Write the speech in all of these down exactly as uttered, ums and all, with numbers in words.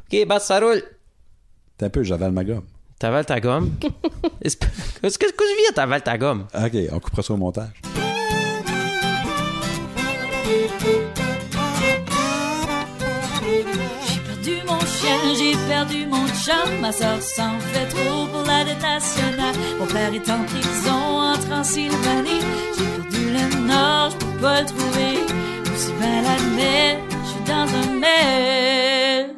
OK, Bas, ça roule. T'es un peu, j'avale ma gomme. T'avales ta gomme. Qu'est-ce que qu'est-ce que je vis, t'avales ta gomme? OK, on coupera ça au montage. J'ai perdu mon chien, j'ai perdu mon chum. Ma soeur s'en fait trop pour la dette nationale. Mon père est en prison en Transylvanie. J'ai perdu le nord, je peux pas le trouver. Aussi bien l'admettre, je suis dans un mess.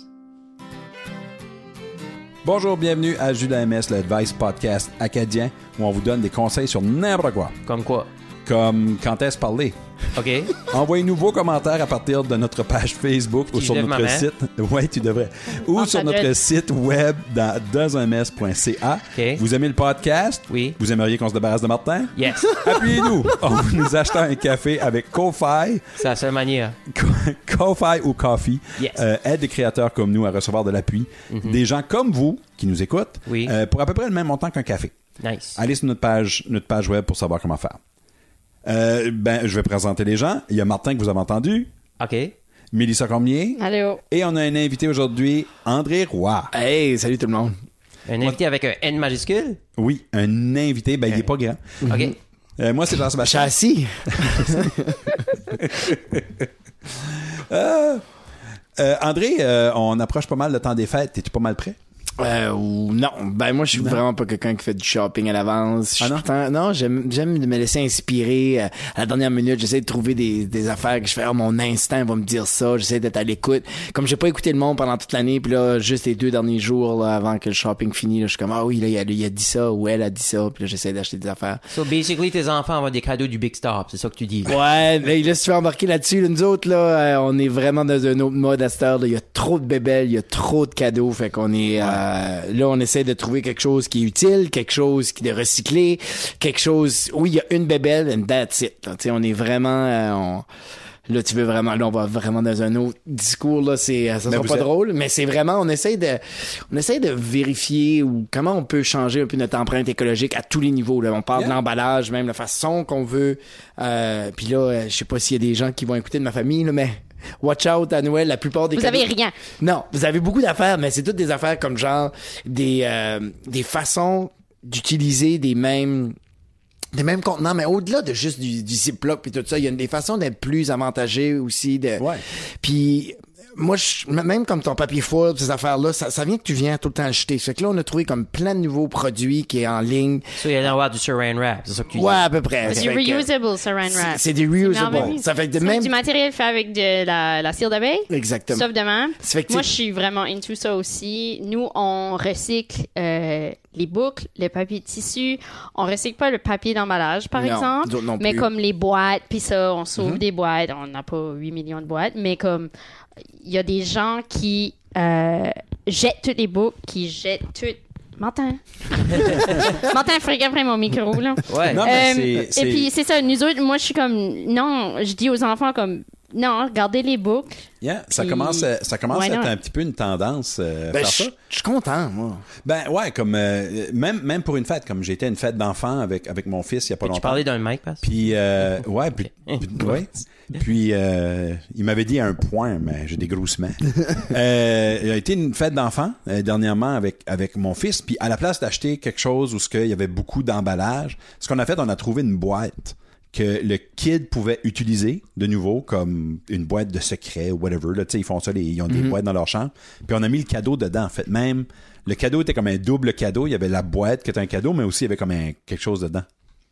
Bonjour, bienvenue à Judas M S, le Advice Podcast acadien, où on vous donne des conseils sur n'importe quoi. Comme quoi? Comme quand est-ce parler. OK. Envoyez-nous vos commentaires à partir de notre page Facebook ou Qui sur lève notre ma main. site. Oui, tu devrais. Ou Oh, sur ça notre doit être- site web dans dans un mess point c a. OK. Vous aimez le podcast? Oui. Vous aimeriez qu'on se débarrasse de Martin? Yes. Appuyez-nous. On va nous acheter un café avec Ko-Fi. C'est la seule manière. Ko-Fi ou Coffee Yes. euh, aide des créateurs comme nous à recevoir de l'appui. Des gens comme vous qui nous écoutent Oui. euh, pour à peu près le même montant qu'un café. Nice. Allez sur notre page, notre page web pour savoir comment faire. Euh, ben, je vais présenter les gens. Il y a Martin que vous avez entendu, OK. Mélissa Cormier, Allô? et on a un invité aujourd'hui, André Roy. Hey, salut tout le monde. Un invité avec un N majuscule? Oui, un invité, ben il est pas grand. OK. Euh, moi, c'est Jean-Sébastien. Châssis. Euh, euh, André, euh, on approche pas mal le temps des fêtes. T'es-tu pas mal prêt? Euh, ou non, ben moi je suis vraiment pas quelqu'un qui fait du shopping à l'avance. Je Ah suis non? tout le temps- non, j'aime j'aime me laisser inspirer. euh, à la dernière minute, j'essaie de trouver des, des affaires que je fais. Oh, mon instinct va me dire ça. J'essaie d'être à l'écoute. Comme j'ai pas écouté le monde pendant toute l'année, puis là juste les deux derniers jours là, avant que le shopping finisse, là, je suis comme ah oui là il a, il a dit ça ou elle a dit ça, puis là j'essaie d'acheter des affaires. So, basically, tes enfants ont des cadeaux du Big Stop. C'est ça que tu dis. Ouais, là, là, si tu veux embarquer là-dessus, là, nous autres, là, euh, on est vraiment dans un autre mode à cette heure. Là. Il y a trop de bébelles, il y a trop de cadeaux. Fait qu'on est, euh, là, on essaie de trouver quelque chose qui est utile, quelque chose qui est recyclé, quelque chose, oui, il y a une bébelle, and that's it. Là. Tu sais, on est vraiment, euh, on, là, tu veux vraiment, là, on va vraiment dans un autre discours, là, c'est, ça sera vous pas êtes- drôle, mais c'est vraiment, on essaie de, on essaie de vérifier ou comment on peut changer un peu notre empreinte écologique à tous les niveaux, là. On parle Yeah. de l'emballage, même la façon qu'on veut, euh, puis là, euh, je sais pas s'il y a des gens qui vont écouter de ma famille, là, mais watch out à Noël, la plupart des Vous cadeaux- avez rien. Non, vous avez beaucoup d'affaires, mais c'est toutes des affaires comme genre des euh, des façons d'utiliser des mêmes des mêmes contenants, mais au-delà de juste du, du Ziploc puis tout ça, il y a des façons d'être plus avantageux aussi. De, Ouais. Puis moi, je, même comme ton papier foil, ces affaires-là, ça, ça vient que tu viens tout le temps acheter. Fait que là, on a trouvé comme plein de nouveaux produits qui est en ligne. So, il y a avoir du saran wrap. C'est ça que tu dis. Ouais, à peu près. C'est Fait du que- reusable, saran c'est- wrap. C'est des reusable. merveilleux. Ça fait que de C'est même. du matériel fait avec de la, la cire d'abeille. Exactement. Sauf de même. Ça fait que Moi, tu- je suis vraiment into ça aussi. Nous, on recycle euh, les boucles, le papier de tissu. On recycle pas le papier d'emballage, par Non, exemple. nous autres non mais plus. comme les boîtes, puis ça, on sauve Mhm. des boîtes. On n'a pas huit millions de boîtes, mais comme il y a des gens qui euh, jettent toutes les boucles, qui jettent toutes. Martin. Martin, fréquent après mon micro, là. Ouais. Non, mais Euh, c'est- c'est- Et puis, c'est ça, nous autres, moi, je suis comme, non, je dis aux enfants comme, non, regardez les boucles. Yeah, ça Puis- commence, à- ça commence Why à être not? un petit peu une tendance euh, Ben, faire je ça. je suis content, moi. Ben ouais, comme euh, même même pour une fête, comme j'étais à une fête d'enfants avec avec mon fils il y a pas Tu longtemps. parlais d'un mic, parce Puis euh, ouais, puis, puis- ouais. Puis euh, il m'avait dit un point, mais j'ai des groussements. euh, il a été une fête d'enfants euh, dernièrement avec avec mon fils, puis à la place d'acheter quelque chose où ce qu'il y avait beaucoup d'emballage, ce qu'on a fait, on a trouvé une boîte que le kid pouvait utiliser de nouveau comme une boîte de secret ou whatever. Là, tu sais, ils font ça, les- ils ont des boîtes dans leur chambre. Puis on a mis le cadeau dedans. En fait, même le cadeau était comme un double cadeau. Il y avait la boîte qui était un cadeau, mais aussi il y avait comme un, quelque chose dedans.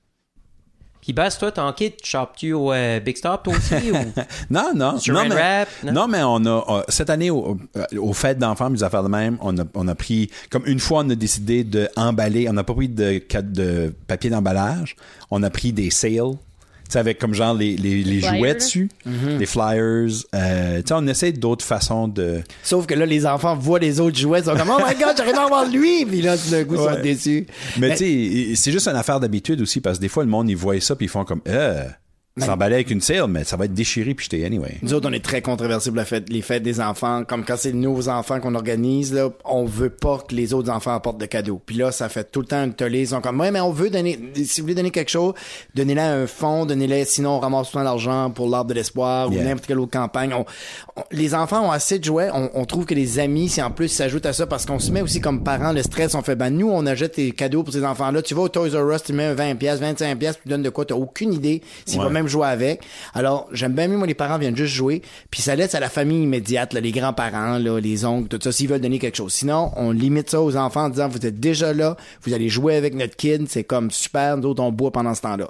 Puis, Bass, toi, ton kit, chopes-tu au euh, Big Stop, toi aussi? ou... Non, non. Saran non, mais, wrap, non? non, mais on a, euh, cette année, au- au- aux fêtes d'enfants, des affaires de même, on a, on a pris, comme une fois, on a décidé d'emballer, on n'a pas pris de, de papier d'emballage, on a pris des sales. Tu sais, avec comme genre les, les, les Flyers, jouets là. dessus, les flyers. Euh, tu sais, on essaie d'autres façons de... Sauf que là, les enfants voient les autres jouets, ils sont comme, oh my god, j'arrive à avoir lui! Puis là, tout d'un coup, ils Ouais. sont déçus. Mais tu sais, c'est juste une affaire d'habitude aussi, parce que des fois, le monde, ils voient ça, puis ils font comme, euh, s'emballer avec une sale, mais ça va être déchiré puis jeté anyway. Nous autres, on est très controversés pour la fête, les fêtes des enfants. Comme quand c'est nos enfants qu'on organise, là, on veut pas que les autres enfants apportent de cadeaux. Puis là, ça fait tout le temps une tollée. Ils sont comme, ouais, mais on veut donner, si vous voulez donner quelque chose, donnez-le à un fonds, donnez-le, sinon on ramasse tout le temps l'argent pour l'arbre de l'espoir Yeah. ou n'importe quelle autre campagne. On, on- les enfants ont assez de jouets. On, on trouve que les amis, si en plus s'ajoutent à ça, parce qu'on se met aussi comme parents le stress, on fait, ben, nous, on achète des cadeaux pour ces enfants-là. Tu vas au Toys R Us, tu mets un vingt piastres, vingt-cinq piastres, tu donnes de quoi, t'as aucune idée s'il Ouais. va même jouer avec. Alors, j'aime bien mieux, moi, les parents viennent juste jouer, puis ça laisse à la famille immédiate, là, les grands-parents, là, les oncles, tout ça, s'ils veulent donner quelque chose. Sinon, on limite ça aux enfants en disant, vous êtes déjà là, vous allez jouer avec notre kid, c'est comme super, nous autres, on boit pendant ce temps-là.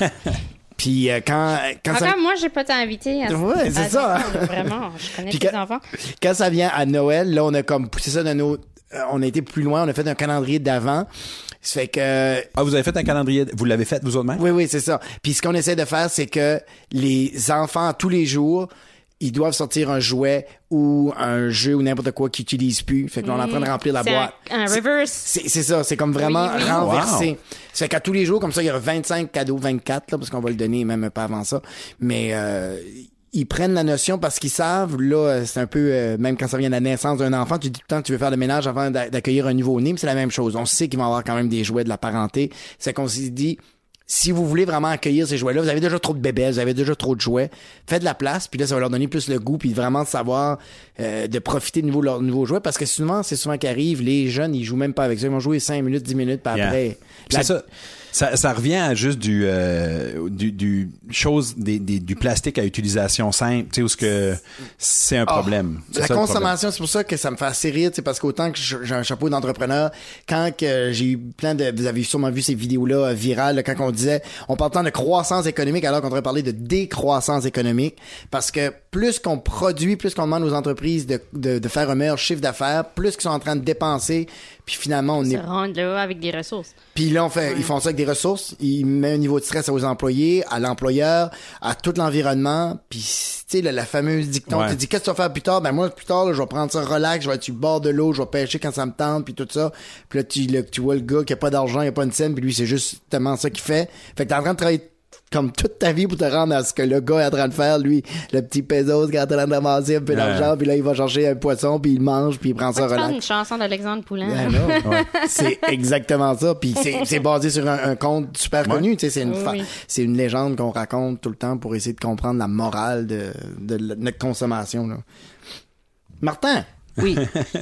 Puis euh, quand, quand ça... Encore, moi, j'ai pas été invité à Ouais, c'est à ça. des enfants, là, vraiment, je connais Puis tes quand- enfants. Quand ça vient à Noël, là, on a comme poussé ça de nos... euh, On a été plus loin, on a fait un calendrier d'avant. Ça fait que... Ah, vous avez fait un calendrier, vous l'avez fait vous autres-mêmes? Oui, oui, c'est ça. Puis ce qu'on essaie de faire, c'est que les enfants, tous les jours, ils doivent sortir un jouet ou un jeu ou n'importe quoi qu'ils utilisent plus. Fait qu'on est en train de remplir la C'est boîte. un, un C'est- reverse. C'est, c'est ça, c'est comme vraiment Oui, oui. renversé. Wow. Ça fait qu'à tous les jours, comme ça, il y a vingt-cinq cadeaux, vingt-quatre, là, parce qu'on va le donner même pas avant ça. Mais euh, ils prennent la notion parce qu'ils savent, là, c'est un peu, euh, même quand ça vient de la naissance d'un enfant, tu dis tout le temps que tu veux faire le ménage avant d'a- d'accueillir un nouveau-né, mais c'est la même chose. On sait qu'ils vont avoir quand même des jouets de la parenté. C'est qu'on s'est dit, si vous voulez vraiment accueillir ces jouets-là, vous avez déjà trop de bébés, vous avez déjà trop de jouets, faites de la place, puis là, ça va leur donner plus le goût, puis vraiment de savoir, euh, de profiter de nouveau de leurs nouveaux jouets, parce que souvent, c'est souvent qu'arrive, les jeunes, ils jouent même pas avec ça, ils vont jouer cinq minutes, dix minutes, puis Yeah. après... C'est la- ça. Ça, ça revient à juste du, euh, du, du chose des, des, du plastique à utilisation simple, tu sais, où ce que c'est un Ah, problème. C'est la ça, le consommation, c'est pour ça que ça me fait assez rire, tu sais, parce qu'autant que j'ai un chapeau d'entrepreneur, quand que j'ai eu plein de, vous avez sûrement vu ces vidéos-là euh, virales, là, quand on disait, on parle tant de croissance économique alors qu'on devrait parler de décroissance économique, parce que plus qu'on produit, plus qu'on demande aux entreprises de, de, de faire un meilleur chiffre d'affaires, plus qu'ils sont en train de dépenser, puis finalement on Se est rendre là avec des ressources. puis là, on fait, ils font ça avec des ressources. Ils mettent un niveau de stress aux employés, à l'employeur, à tout l'environnement. Puis, tu sais, la, la fameuse dicton, Ouais. tu dis, qu'est-ce que tu vas faire plus tard? Ben moi, plus tard, là, je vais prendre ça relax, je vais être sur le bord de l'eau, je vais pêcher quand ça me tente, puis tout ça. Puis là, tu, là, tu vois le gars qui a pas d'argent, il a pas une scène, puis lui, c'est justement ça qu'il fait. Fait que t'es en train de travailler comme toute ta vie pour te rendre à ce que le gars est en train de faire, lui, le petit Pézos qui est en train de ramasser un peu Ouais. d'argent, puis là, il va chercher un poisson, puis il mange, puis il prend ça Pourquoi tu parles relax. d'une chanson d'Alexandre Poulain? Ben non. C'est exactement ça. Puis c'est, c'est basé sur un, un conte super connu. Tu sais, c'est une, fa- Oui. c'est une légende qu'on raconte tout le temps pour essayer de comprendre la morale de, de la- notre consommation. Là. Martin, Oui.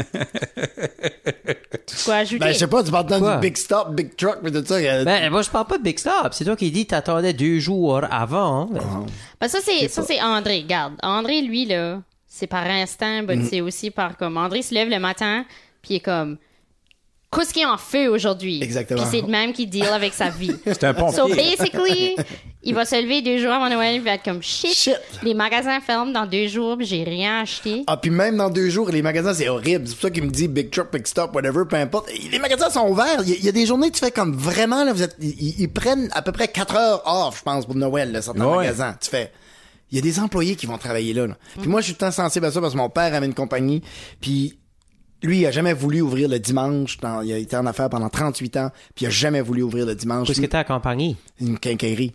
Quoi ajouter? ben je sais pas, tu parles tant Quoi? du big stop, big truck, mais tout ça. euh, Ben, moi, je parle pas de Big Stop. C'est toi qui dis que t'attendais deux jours avant. hein. Ben, ça, c'est, ça, c'est André. Regarde. André, lui, là, c'est par instinct, ben, c'est aussi par comme. André se lève le matin, puis il est comme. Qu'est-ce qu'il en fait aujourd'hui? Exactement. Puis c'est de même qu'il deal avec sa vie. C'est un pompier. So, basically, il va se lever deux jours avant Noël, il va être comme shit. Shit. Les magasins ferment dans deux jours, puis j'ai rien acheté. Ah, puis même dans deux jours, les magasins, c'est horrible. C'est pour ça qu'il me dit big truck, big stop, whatever, peu importe. Les magasins sont ouverts. Il y, a- il y a des journées que tu fais comme vraiment, là, vous êtes, ils, ils prennent à peu près quatre heures off, je pense, pour Noël, là, certains Ouais. magasins. Tu fais, il y a des employés qui vont travailler là, là. Puis moi, je suis tout le temps sensible à ça parce que mon père avait une compagnie, puis lui, il a jamais voulu ouvrir le dimanche. Dans- il a été en affaires pendant trente-huit ans, puis il a jamais voulu ouvrir le dimanche. Qu'est-ce que t'as accompagné? Une quincaillerie.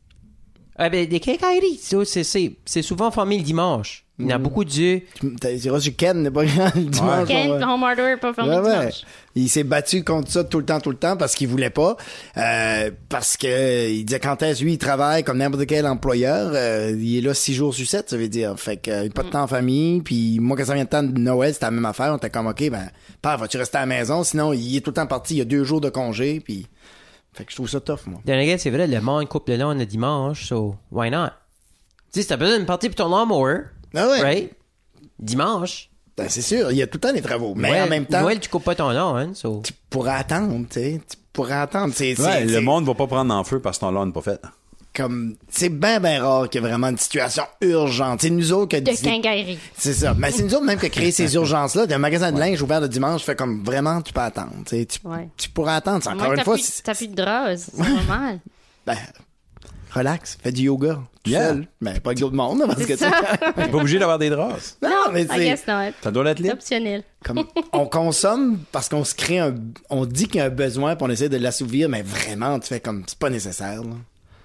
Ah, ben, des quincailleries. C'est, c'est, c'est, c'est souvent fermé le dimanche. Il y en a beaucoup de dieux. Tu diras sur Ken, n'est pas grand, le dimanche. Ken, on va- Home Hardware, pas fermé Ouais, ouais. dimanche. Il s'est battu contre ça tout le temps, tout le temps, parce qu'il voulait pas. Euh, parce que il disait quand est-ce lui, il travaille comme n'importe quel employeur. Euh, il est là six jours sur sept, ça veut dire. Fait que euh, pas de temps en famille. Puis moi, quand ça vient de temps de Noël, c'était la même affaire. On était comme, OK, ben, père, vas-tu rester à la maison? Sinon, il est tout le temps parti. Il y a deux jours de congé. Puis, fait que je trouve ça tough, moi. Then again, c'est vrai, le monde coupe le long le dimanche, so why not? Tu sais, si t'as besoin d'une partie pour ton lawnmower, Ah ouais. right? Dimanche. Ben, c'est sûr, il y a tout le temps des travaux. Mais Noël- en même temps, Noël, tu coupes pas ton lawn, hein, so. tu pourrais attendre, tu sais. Tu pourrais attendre. C'est, c'est, Ouais, le c'est- monde va pas prendre en feu parce que ton lawn n'est pas fait. comme c'est bien ben rare qu'il y ait vraiment une situation urgente. C'est nous autres que De quincaillerie. c'est ça. Mais c'est nous autres même qui créer ces urgences là. D'un magasin de linge ouvert le dimanche, fait comme vraiment tu peux attendre. Tu sais, tu, Ouais. tu pourrais attendre. C'est À encore moins une que fois. t'as plus- c'est- T'as plus de draps, c'est normal. Ben, relax, fais du yoga tout Yeah. seul. Ben pas avec d'autres monde parce que C'est tu- ça. T'es pas obligé d'avoir des draps. non, mais I c'est guess not. Ça doit l'être C'est libre. optionnel. comme on consomme parce qu'on se crée un on dit qu'il y a un besoin puis on essaie de l'assouvir mais vraiment tu fais comme c'est pas nécessaire là.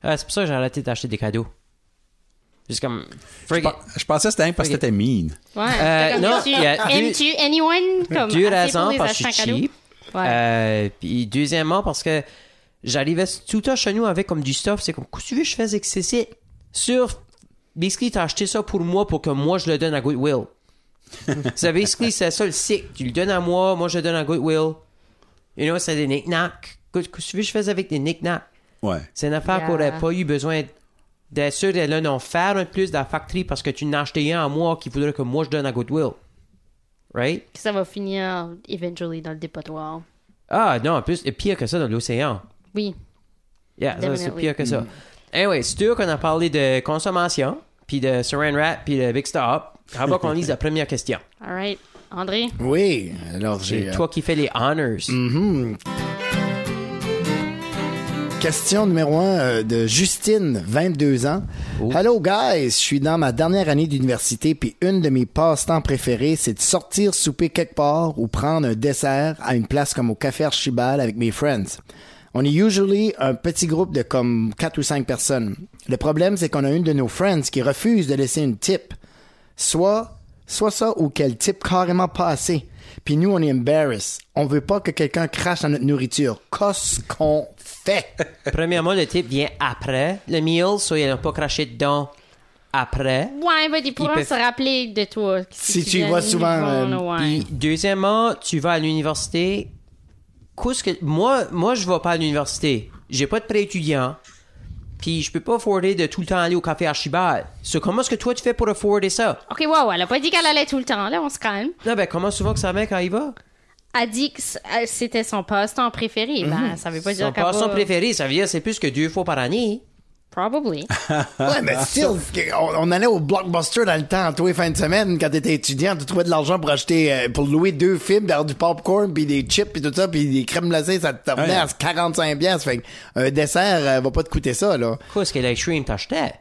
Ah, c'est pour ça que j'ai arrêté d'acheter des cadeaux. Juste comme... Je, Friggin- je pensais que c'était parce que t'étais mean. Ouais. Euh, Comme, non, tu- il y a deux- aimes-tu anyone comme Deux assez raisons, pour les parce que je acheter suis un cadeau? cheap. Ouais. Euh, puis deuxièmement, parce que j'arrivais tout le temps chez nous avec comme du stuff. C'est comme, qu'est-ce que tu veux que je fasse avec ça? C'est sur... Basically, t'as acheté ça pour moi pour que moi, je le donne à Goodwill. C'est basically, c'est ça le cycle. Tu le donnes à moi, moi, je le donne à Goodwill. You know, c'est des knick-knacks. Qu'est-ce que tu veux que je fasse avec des knick-knacks? Ouais. C'est une affaire Yeah. qu'on n'aurait pas eu besoin d'être sûr d'aller en faire un plus dans la factory parce que tu n'as acheté un à moi qu'il faudrait que moi je donne à Goodwill. Right? Ça va finir eventually dans le dépotoir. Ah non, en plus, c'est pire que ça dans l'océan. Oui. Yeah, ça, c'est Definitely. pire que ça. Anyway, c'est sûr qu'on a parlé de consommation, puis de Saran Wrap, puis de Big Stop. How about qu'on lise la première question? All right. André? Oui, alors j'ai... C'est euh, toi qui fais les honors. mhm. Question numéro un euh, de Justine, vingt-deux ans. Oh. Hello guys, je suis dans ma dernière année d'université puis une de mes passe-temps préférés, c'est de sortir souper quelque part ou prendre un dessert à une place comme au Café Archibald avec mes friends. On est usually un petit groupe de comme quatre ou cinq personnes. Le problème, c'est qu'on a une de nos friends qui refuse de laisser une tip. Soit, soit ça ou qu'elle type carrément pas assez. Puis nous, on est embarrassed. On veut pas que quelqu'un crache dans notre nourriture. Qu'est-ce qu'on fait? Premièrement, le type vient après le meal, soit il n'a pas craché dedans après. Ouais, ben, ils pourront peuvent- se rappeler de toi. Si tu y viens vas de souvent, Yvonne, euh, ouais. Puis, deuxièmement, tu vas à l'université. Qu'est-ce que... Moi, moi, je vais pas à l'université. J'ai pas de prêt étudiant. Puis, je peux pas afforder de tout le temps aller au Café Archibald. So, comment est-ce que toi, tu fais pour afforder ça? OK, wow, elle a pas dit qu'elle allait tout le temps, là, on se calme. Non, ben, comment souvent que ça va quand il va? Elle dit que c- euh, c'était son passe-temps préféré. Ben, ça veut pas dire Son qu'elle passe-temps va... préféré, ça veut dire c'est plus que deux fois par année. Probably. Ouais, mais still, on, on allait au Blockbuster dans le temps, tous les fins de semaine, quand t'étais étudiant, tu trouvais de l'argent pour acheter, euh, pour louer deux films, d'avoir du popcorn, puis des chips, puis tout ça, puis des crèmes glacées, ça te revenait Ouais. à quarante-cinq piastres. Fait qu'un dessert euh, va pas te coûter ça, là. Qu'est-ce que l'ice cream t'achetais?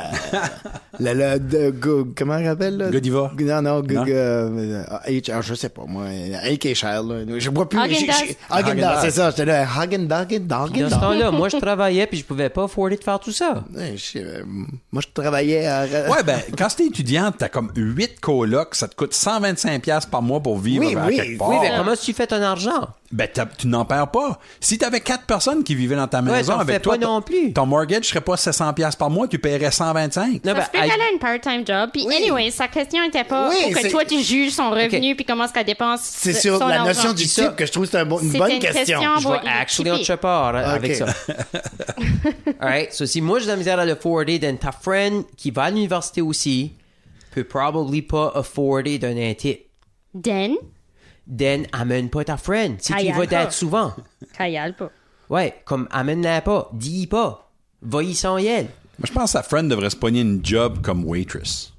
Le, le, de- go- comment on appelle, là? Godiva. Non, non, go- Non? go- euh, H, ah, je sais pas, moi. H est cher, là. Je vois plus. Häagen-Dazs. j'ai- j'ai- Häagen-Dazs, Häagen-Dazs. c'est ça. J'étais là, Häagen-Dazs, Dans ce Häagen-Dazs. temps-là, moi, je travaillais puis je pouvais pas afforder de faire tout ça. Ouais, je sais, euh, moi, je travaillais à... Ouais, ben, quand t'es étudiante, t'as comme huit colocs, ça te coûte cent vingt-cinq piastres par mois pour vivre Oui, à oui, quelque part. Oui, mais comment tu fais ton argent? Ben, t'as- tu n'en perds pas. Si t'avais quatre personnes qui vivaient dans ta Ouais, maison t'en avec fais toi, pas non plus. ton mortgage serait pas sept cents piastres par mois, tu paierais cent vingt-cinq. Non, Ça se peut I- qu'elle a une part-time job. Puis, Oui. anyway, sa question était pas Oui, pour que c'est- toi, tu juges son revenu puis comment est-ce qu'elle dépense C'est son sur la argent. notion du Ça, type que je trouve que c'est un bon- une c'était bonne une question. question. Je Bon, vais il est actually cheapé. autre part hein, avec Ok. ça. Alright, so si moi j'ai de la misère à le afforder, then ta friend qui va à l'université aussi peut probably pas afforder donner un tip. Den, Then amène pas ta friend. Si tu y Aïe, vas aïe, d'être pas. souvent. Kayal pas. Ouais, comme amène-la pas, dis pas. Va-y sans elle. Moi, je pense que sa friend devrait se pogner une job comme waitress.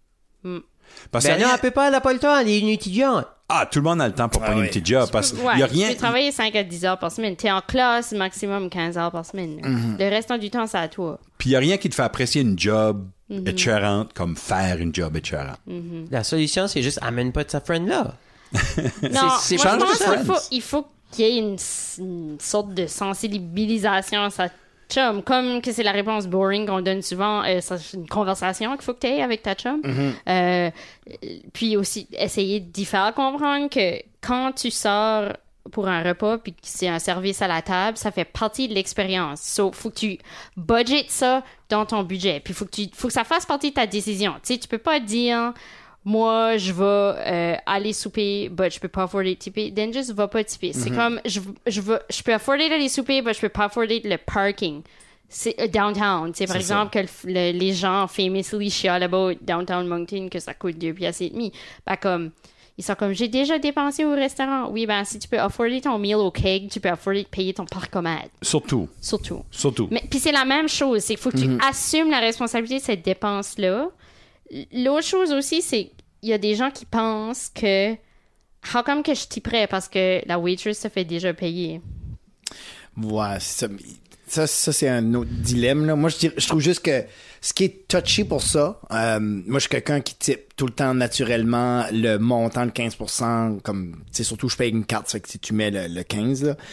Parce Ben que non, rien- elle peut pas, elle a pas le temps, elle est une étudiante. Ah, tout le monde a le temps pour pogner ouais. une petite job. Parce qu'il Ouais, y a rien. tu peux travailler cinq à dix heures par semaine. T'es en classe, maximum quinze heures par semaine. Mm-hmm. Le restant du temps, c'est à toi. Puis il y a rien qui te fait apprécier une job Mm-hmm. écœurante comme faire une job écœurante. La solution, c'est juste amène pas de sa friend là. Non, c'est moi, je change de pense qu'il friends. faut, il faut qu'il y ait une, une sorte de sensibilisation à sa chum. Comme que c'est la réponse boring qu'on donne souvent, euh, c'est une conversation qu'il faut que tu aies avec ta chum. Euh, puis aussi, essayer d'y faire comprendre que quand tu sors pour un repas puis que c'est un service à la table, ça fait partie de l'expérience. So, faut que tu budgetes ça dans ton budget. Puis faut que tu, faut que ça fasse partie de ta décision. Tu sais, tu peux pas dire moi, je vais euh, aller souper, but je peux pas afforder de tiper. Then just va pas tiper. C'est comme, je, je, veux, je peux afforder d'aller souper, but je peux pas afforder le parking. C'est euh, downtown. C'est par C'est exemple que le- le- les gens famously chialent about downtown Moncton que ça coûte deux piastres et demi. Ben comme, ils sont comme, j'ai déjà dépensé au restaurant. Oui, ben si tu peux afforder ton meal au keg, tu peux afforder de payer ton parcomètre. Surtout. Surtout. Surtout. Mais puis c'est la même chose, c'est qu'il faut que tu assumes la responsabilité de cette dépense-là. L'autre chose aussi, c'est qu'il y a des gens qui pensent que how come que je tiperais parce que la waitress se fait déjà payer. Ouais, c'est ça. Ça, ça c'est un autre dilemme. Là. Moi, je, dirais- je trouve juste que ce qui est touchy pour ça, euh, moi, je suis quelqu'un qui type tout le temps naturellement le montant de quinze pour cent, comme, tu sais, surtout, je paye une carte, ça fait que si tu mets le, le quinze, là.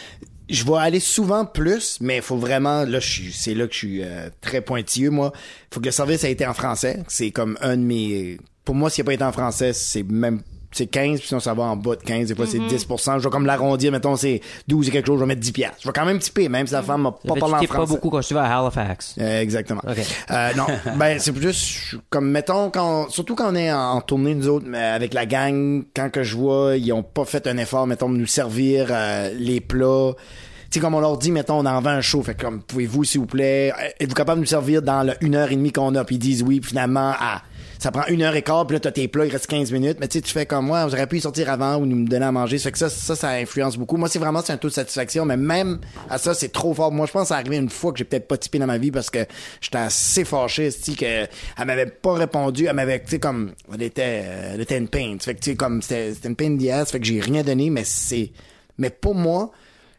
je vais aller souvent plus, mais il faut vraiment, là, je suis, c'est là que je suis euh, très pointilleux, moi. Il faut que le service ait été en français. C'est comme un de mes... Pour moi, s'il n'a pas été en français, c'est même... C'est quinze, puis sinon ça va en bas de quinze. Des fois, Mm-hmm. c'est dix pour cent. Je vais comme l'arrondir, mettons, c'est douze et quelque chose, je vais mettre dix piastres. Je vais quand même tiper, même si la femme m'a pas Fait, parlé en tu tipes français. pas beaucoup quand tu vas à Halifax. Euh, exactement. Ok. Euh, non, ben c'est juste comme mettons quand surtout quand on est en, en tournée nous autres mais avec la gang, quand que je vois ils ont pas fait un effort mettons de nous servir euh, les plats. Tu sais, comme on leur dit, mettons, on en vend un show, fait que comme, pouvez-vous, s'il vous plaît, êtes-vous capable de nous servir dans le une heure et demie qu'on a, puis ils disent oui, puis finalement, ah, ça prend une heure et quart, puis là, t'as tes plats, il reste quinze minutes, mais tu sais, tu fais comme moi, j'aurais pu y sortir avant ou nous me donner à manger, ça fait que ça, ça, ça influence beaucoup. Moi, c'est vraiment, c'est un taux de satisfaction, mais même à ça, c'est trop fort. Moi, je pense que ça arrivé une fois que j'ai peut-être pas typé dans ma vie parce que j'étais assez fâché, tu sais, que elle m'avait pas répondu, elle m'avait, tu sais, comme, elle était, elle était une pain, fait que tu sais, comme, c'était, c'était une pain de diaz, fait que j'ai rien donné, mais c'est, mais pour moi,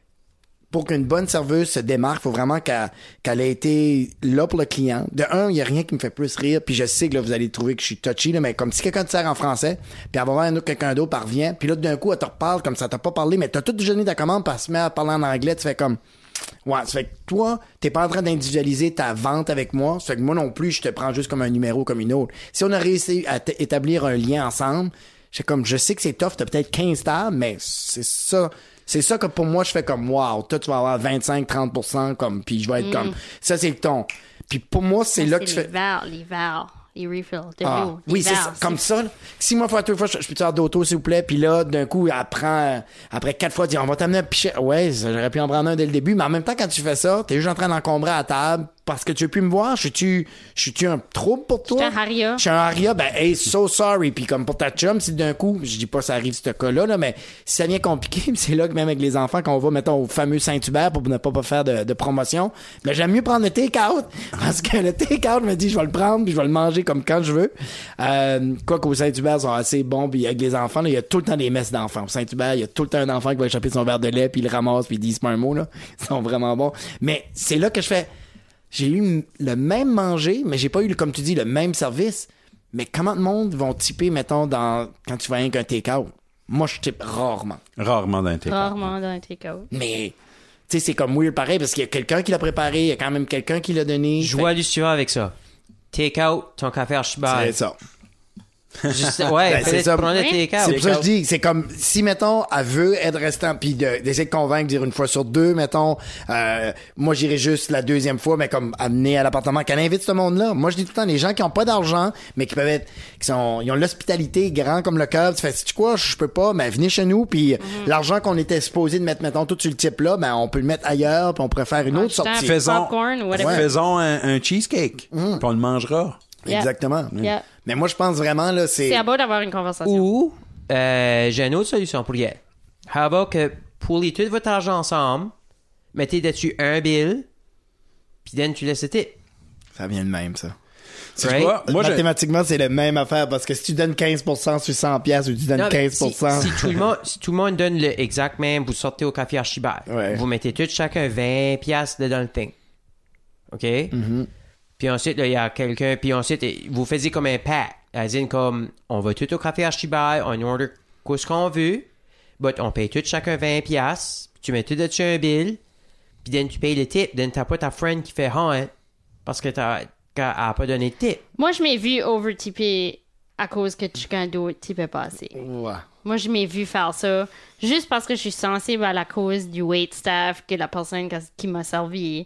pour qu'une bonne serveuse se démarque, faut vraiment qu'elle, qu'elle ait été là pour le client. De un, il y a rien qui me fait plus rire, puis je sais que là, vous allez trouver que je suis touchy, là, mais comme si quelqu'un te sert en français, puis elle va voir un autre, quelqu'un d'autre parvient, puis là, d'un coup, elle te reparle comme ça t'a pas parlé, mais t'as tout déjeuné ta commande, puis elle se met à parler en anglais, tu fais comme... Ouais, ça fait que toi, t'es pas en train d'individualiser ta vente avec moi, ça fait que moi non plus, je te prends juste comme un numéro, comme une autre. Si on a réussi à t- établir un lien ensemble, c'est comme, je sais que c'est tough, t'as peut-être quinze tables, mais c'est ça... C'est ça que pour moi, je fais comme, wow, toi, tu vas avoir vingt-cinq à trente pour cent, comme, puis je vais être mm. comme, ça, c'est le ton. Puis pour moi, c'est ça, là c'est que je les fais. verres, les verres, les refills de Ah, l'eau. les oui, c'est verres, ça. Comme ça, là. Si moi, fois, deux fois, je, je peux te faire d'auto, s'il vous plaît, puis là, d'un coup, elle prend, après quatre fois, elle dit, on va t'amener un pichet. Ouais, j'aurais pu en prendre un dès le début, mais en même temps, quand tu fais ça, t'es juste en train d'encombrer à la table, parce que tu veux plus me voir, je suis-tu, je suis-tu un trouble pour toi? Je suis un haria. Je suis un haria, ben, hey, so sorry. Puis comme pour ta chum, si d'un coup, je dis pas ça arrive ce cas-là, là, mais si ça devient compliqué, c'est là que même avec les enfants, quand on va, mettons, au fameux Saint-Hubert pour ne pas, pas faire de, de promotion, mais j'aime mieux prendre le take-out, parce que le take-out me dit, je vais le prendre, puis je vais le manger comme quand je veux. Euh, quoi qu'au Saint-Hubert, ils sont assez bons, puis avec les enfants, là, il y a tout le temps des messes d'enfants. Au Saint-Hubert, il y a tout le temps un enfant qui va échapper son verre de lait, puis il le ramasse, puis il dit pas un mot, là. Ils sont vraiment bons. Mais c'est là que je fais, j'ai eu le même manger, mais j'ai pas eu, comme tu dis, le même service. Mais comment de monde vont typer, mettons, dans quand tu vas rien qu'un take-out? Moi, je type rarement. Rarement dans un take-out. Rarement dans un take-out. Mais, tu sais, c'est comme weird pareil, parce qu'il y a quelqu'un qui l'a préparé, il y a quand même quelqu'un qui l'a donné. Je vois l'histoire avec ça. Take out ton café archibald. C'est ça. Juste, ouais, Ben, c'est peut-être ça. prendre le Oui. take out. C'est pour ça que je dis, c'est comme, si, mettons, elle veut être restant, puis de- d'essayer de convaincre, dire une fois sur deux, mettons, euh, moi, j'irai juste la deuxième fois, mais comme, amener à l'appartement, qu'elle invite ce monde-là. Moi, je dis tout le temps, les gens qui ont pas d'argent, mais qui peuvent être, qui sont, ils ont l'hospitalité grand comme le cœur, tu fais, sais-tu quoi, je peux pas, mais venez chez nous, puis l'argent qu'on était supposé de mettre, mettons, tout sur le type là, ben, on peut le mettre ailleurs, puis on pourrait faire une autre Acheter un sortie. Faisons- popcorn, whatever. Faisons un, un cheesecake, puis on le mangera. Yeah. Exactement. Yeah. Mais moi, je pense vraiment, là, c'est... C'est à beau d'avoir une conversation. Ou, euh, j'ai une autre solution pour y être. How about que, pour les tout votre argent ensemble, mettez dessus un bill, puis then tu laisses le tip. Ça vient de même, ça. Tu Right? vois, moi, j'ai- Mathématiquement, c'est la même affaire, parce que si tu donnes quinze pour cent sur cent piastres ou tu donnes Non, mais quinze pour cent... Si, si, tout le monde, si tout le monde donne le exact même, vous sortez au café Archibald. Ouais. Vous mettez tous chacun vingt piastres dans le thing. OK? Mm-hmm. Puis ensuite, là, il y a quelqu'un, puis ensuite, vous faisiez comme un pack. As in, comme, on va tout au café Archibald, on order quoi ce qu'on veut, but on paye tout chacun vingt piastres, puis tu mets tout dessus un bill, puis then tu payes le tip, then t'as pas ta friend qui fait, hein, parce que t'as, qu'elle a pas donné de tip. Moi, je m'ai vu over-tipper à cause que quelqu'un d'autre tipait pas assez. Ouais. Moi, je m'ai vu faire ça juste parce que je suis sensible à la cause du wait staff que la personne qui m'a servi.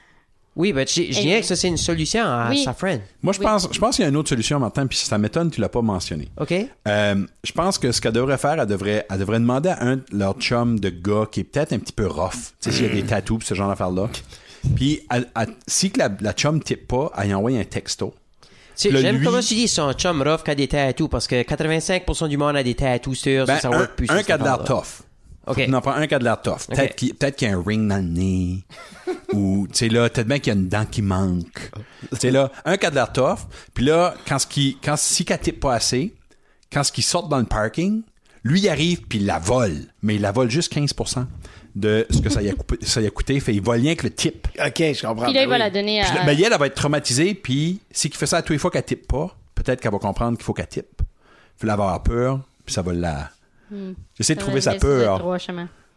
Oui, mais je je dirais que ça, c'est une solution à Oui. sa friend. moi, je Oui. pense, je pense qu'il y a une autre solution, Martin, puis ça m'étonne, tu l'as pas mentionné. OK? Euh, je pense que ce qu'elle devrait faire, elle devrait, elle devrait demander à un de leurs chums de gars qui est peut-être un petit peu rough, tu sais, s'il y a des tatous pis ce genre d'affaires-là. Puis, elle- elle- si que la, la chum type pas, elle y envoie un texto. Tu sais, Le j'aime lui- comment tu dis son chum rough qui a des tattoos parce que quatre-vingt-cinq pour cent du monde a des tattoos sur Ben, ça, ça un, work plus. un cette qui a de l'air affaire-là. tough. OK. Non, pas un qui a de l'air tough. Peut-être OK. qu'il peut-être qu'il y a un ring dans le nez. Ou, tu sais, là, peut-être bien qu'il y a une dent qui manque. Tu sais, là, un qui a de l'air tough. Puis là, quand ce qui, quand, si qu'elle type pas assez, quand ce qui sort dans le parking, lui, il arrive puis il la vole. Mais il la vole juste quinze pour cent de ce que ça y a, coupé, ça y a coûté. Fait, il vole rien que le tip. OK, je comprends. Puis là, il va Oui. la donner Puis là, à... ben, elle, elle va être traumatisée, puis si qu'il fait ça à tous les fois qu'elle type pas, peut-être qu'elle va comprendre qu'il faut qu'elle type. Puis là, elle va avoir peur, puis ça va la... J'essaie de trouver sa peur. Droit chemin.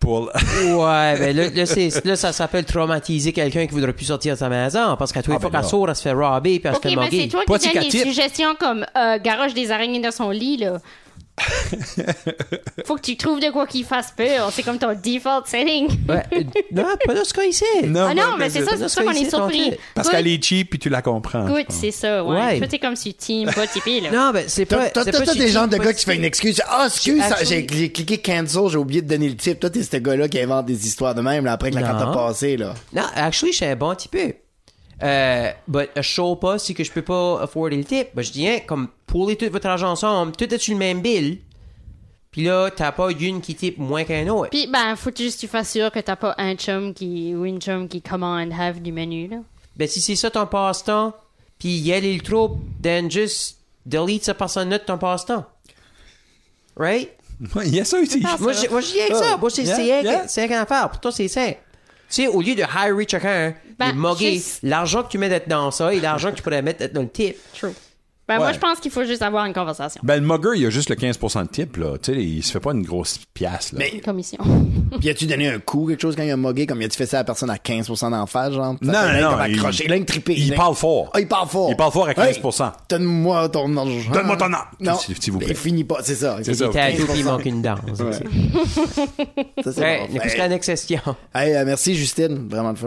pour... Ouais, ben là, là, c'est, là, ça s'appelle traumatiser quelqu'un qui voudrait plus sortir de sa maison parce qu'à tous les Ah, fois ben qu'elle là. sort, elle se fait robber puis elle Ok, se fait mais c'est moguer. toi Pas qui donne des cicatif. suggestions comme euh, garoche des araignées dans son lit, là. Faut que tu trouves de quoi qu'il fasse peur. C'est comme ton default setting. Ouais, euh, non, pas dans ce cas ici. Ah non, pas- mais c'est ça, pas c'est dans pour ce ça qu'on cas est ici, surpris. ton Parce Good, qu'elle est cheap, puis tu la comprends. good, je pense. c'est ça, ouais. Ouais. Toi, t'es comme sur team, pas tippé, là. Non, ben c'est Toi, pas. toi, c'est toi, pas toi, si des tu- gens de pas gars si qui font tu- une excuse. Ah, excuse, ça, Actually- j'ai, j'ai cliqué cancel, j'ai oublié de donner le type. Toi, t'es ce gars-là qui invente des histoires de même, là, après que la Non. carte a passé, là. Non, actually, je suis un bon petit peu. Euh, but je show pas si que je peux pas afforder le tip. Ben, je dis, hein, comme, poolez tout votre argent ensemble, tout est sur le même bill. Puis là, t'as pas une qui type moins qu'un autre. Puis, ben, faut juste que tu fasses sûr que t'as pas un chum qui, ou une chum qui commande have du menu, là. Ben, si c'est ça ton passe-temps, puis y a le trouble, then just delete cette personne-là de ton passe-temps. Right? Ouais, il y a ça aussi. Moi, je, moi, je dis avec ça. Moi, c'est, Yeah, c'est, rien yeah. que- c'est rien qu'à faire. Pour toi, c'est simple. Tu sais, au lieu de hire quelqu'un, Ben, et moguer juste- l'argent que tu mets d'être dans ça et l'argent que tu pourrais mettre d'être dans le tip. True. Ben, moi, Ouais. je pense qu'il faut juste avoir une conversation. Ben, le mugger, il a juste le quinze pour cent de tip, là. Tu sais, il se fait pas une grosse pièce, là. Mais- Une commission. Puis as-tu donné un coup, quelque chose quand il a mogué, comme il a-tu fait ça à la personne à quinze pour cent d'en face, genre? Non, Ça fait non, comme il- accroché. Là, il trippé. il Là. parle fort. Ah, il parle fort. Il parle fort à quinze pour cent. Hey, donne-moi ton argent. Donne-moi ton argent. Non, S'il- s'il vous plaît. il finit pas, c'est ça. C'est ça. Il était à tout, puis il quinze pour cent. manque une dent. Ouais. Ça, c'est Ouais, bon. il y a plus Hey. qu'à la question. Hey, euh, merci, Justine. Vraiment le fun.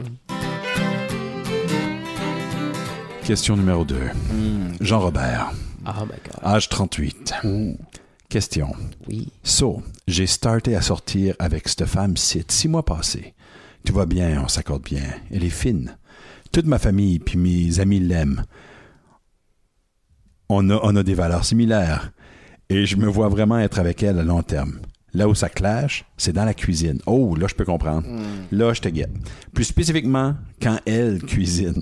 Question numéro deux. Jean-Robert, Oh my god. âge trente-huit. Question. Oui. So, j'ai starté à sortir avec cette femme site six mois passés. Tout va bien, on s'accorde bien. Elle est fine. Toute ma famille puis mes amis l'aiment. On a, on a des valeurs similaires. Et je me vois vraiment être avec elle à long terme. Là où ça clash, c'est dans la cuisine. Oh, là, je peux comprendre. Là, je te guette. Plus spécifiquement, quand elle cuisine.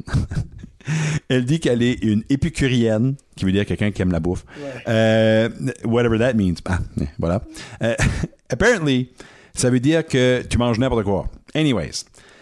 Elle dit qu'elle est une épicurienne, qui veut dire quelqu'un qui aime la bouffe. Euh, whatever that means. Ah, voilà. Euh, apparently, ça veut dire que tu manges n'importe quoi. Anyways,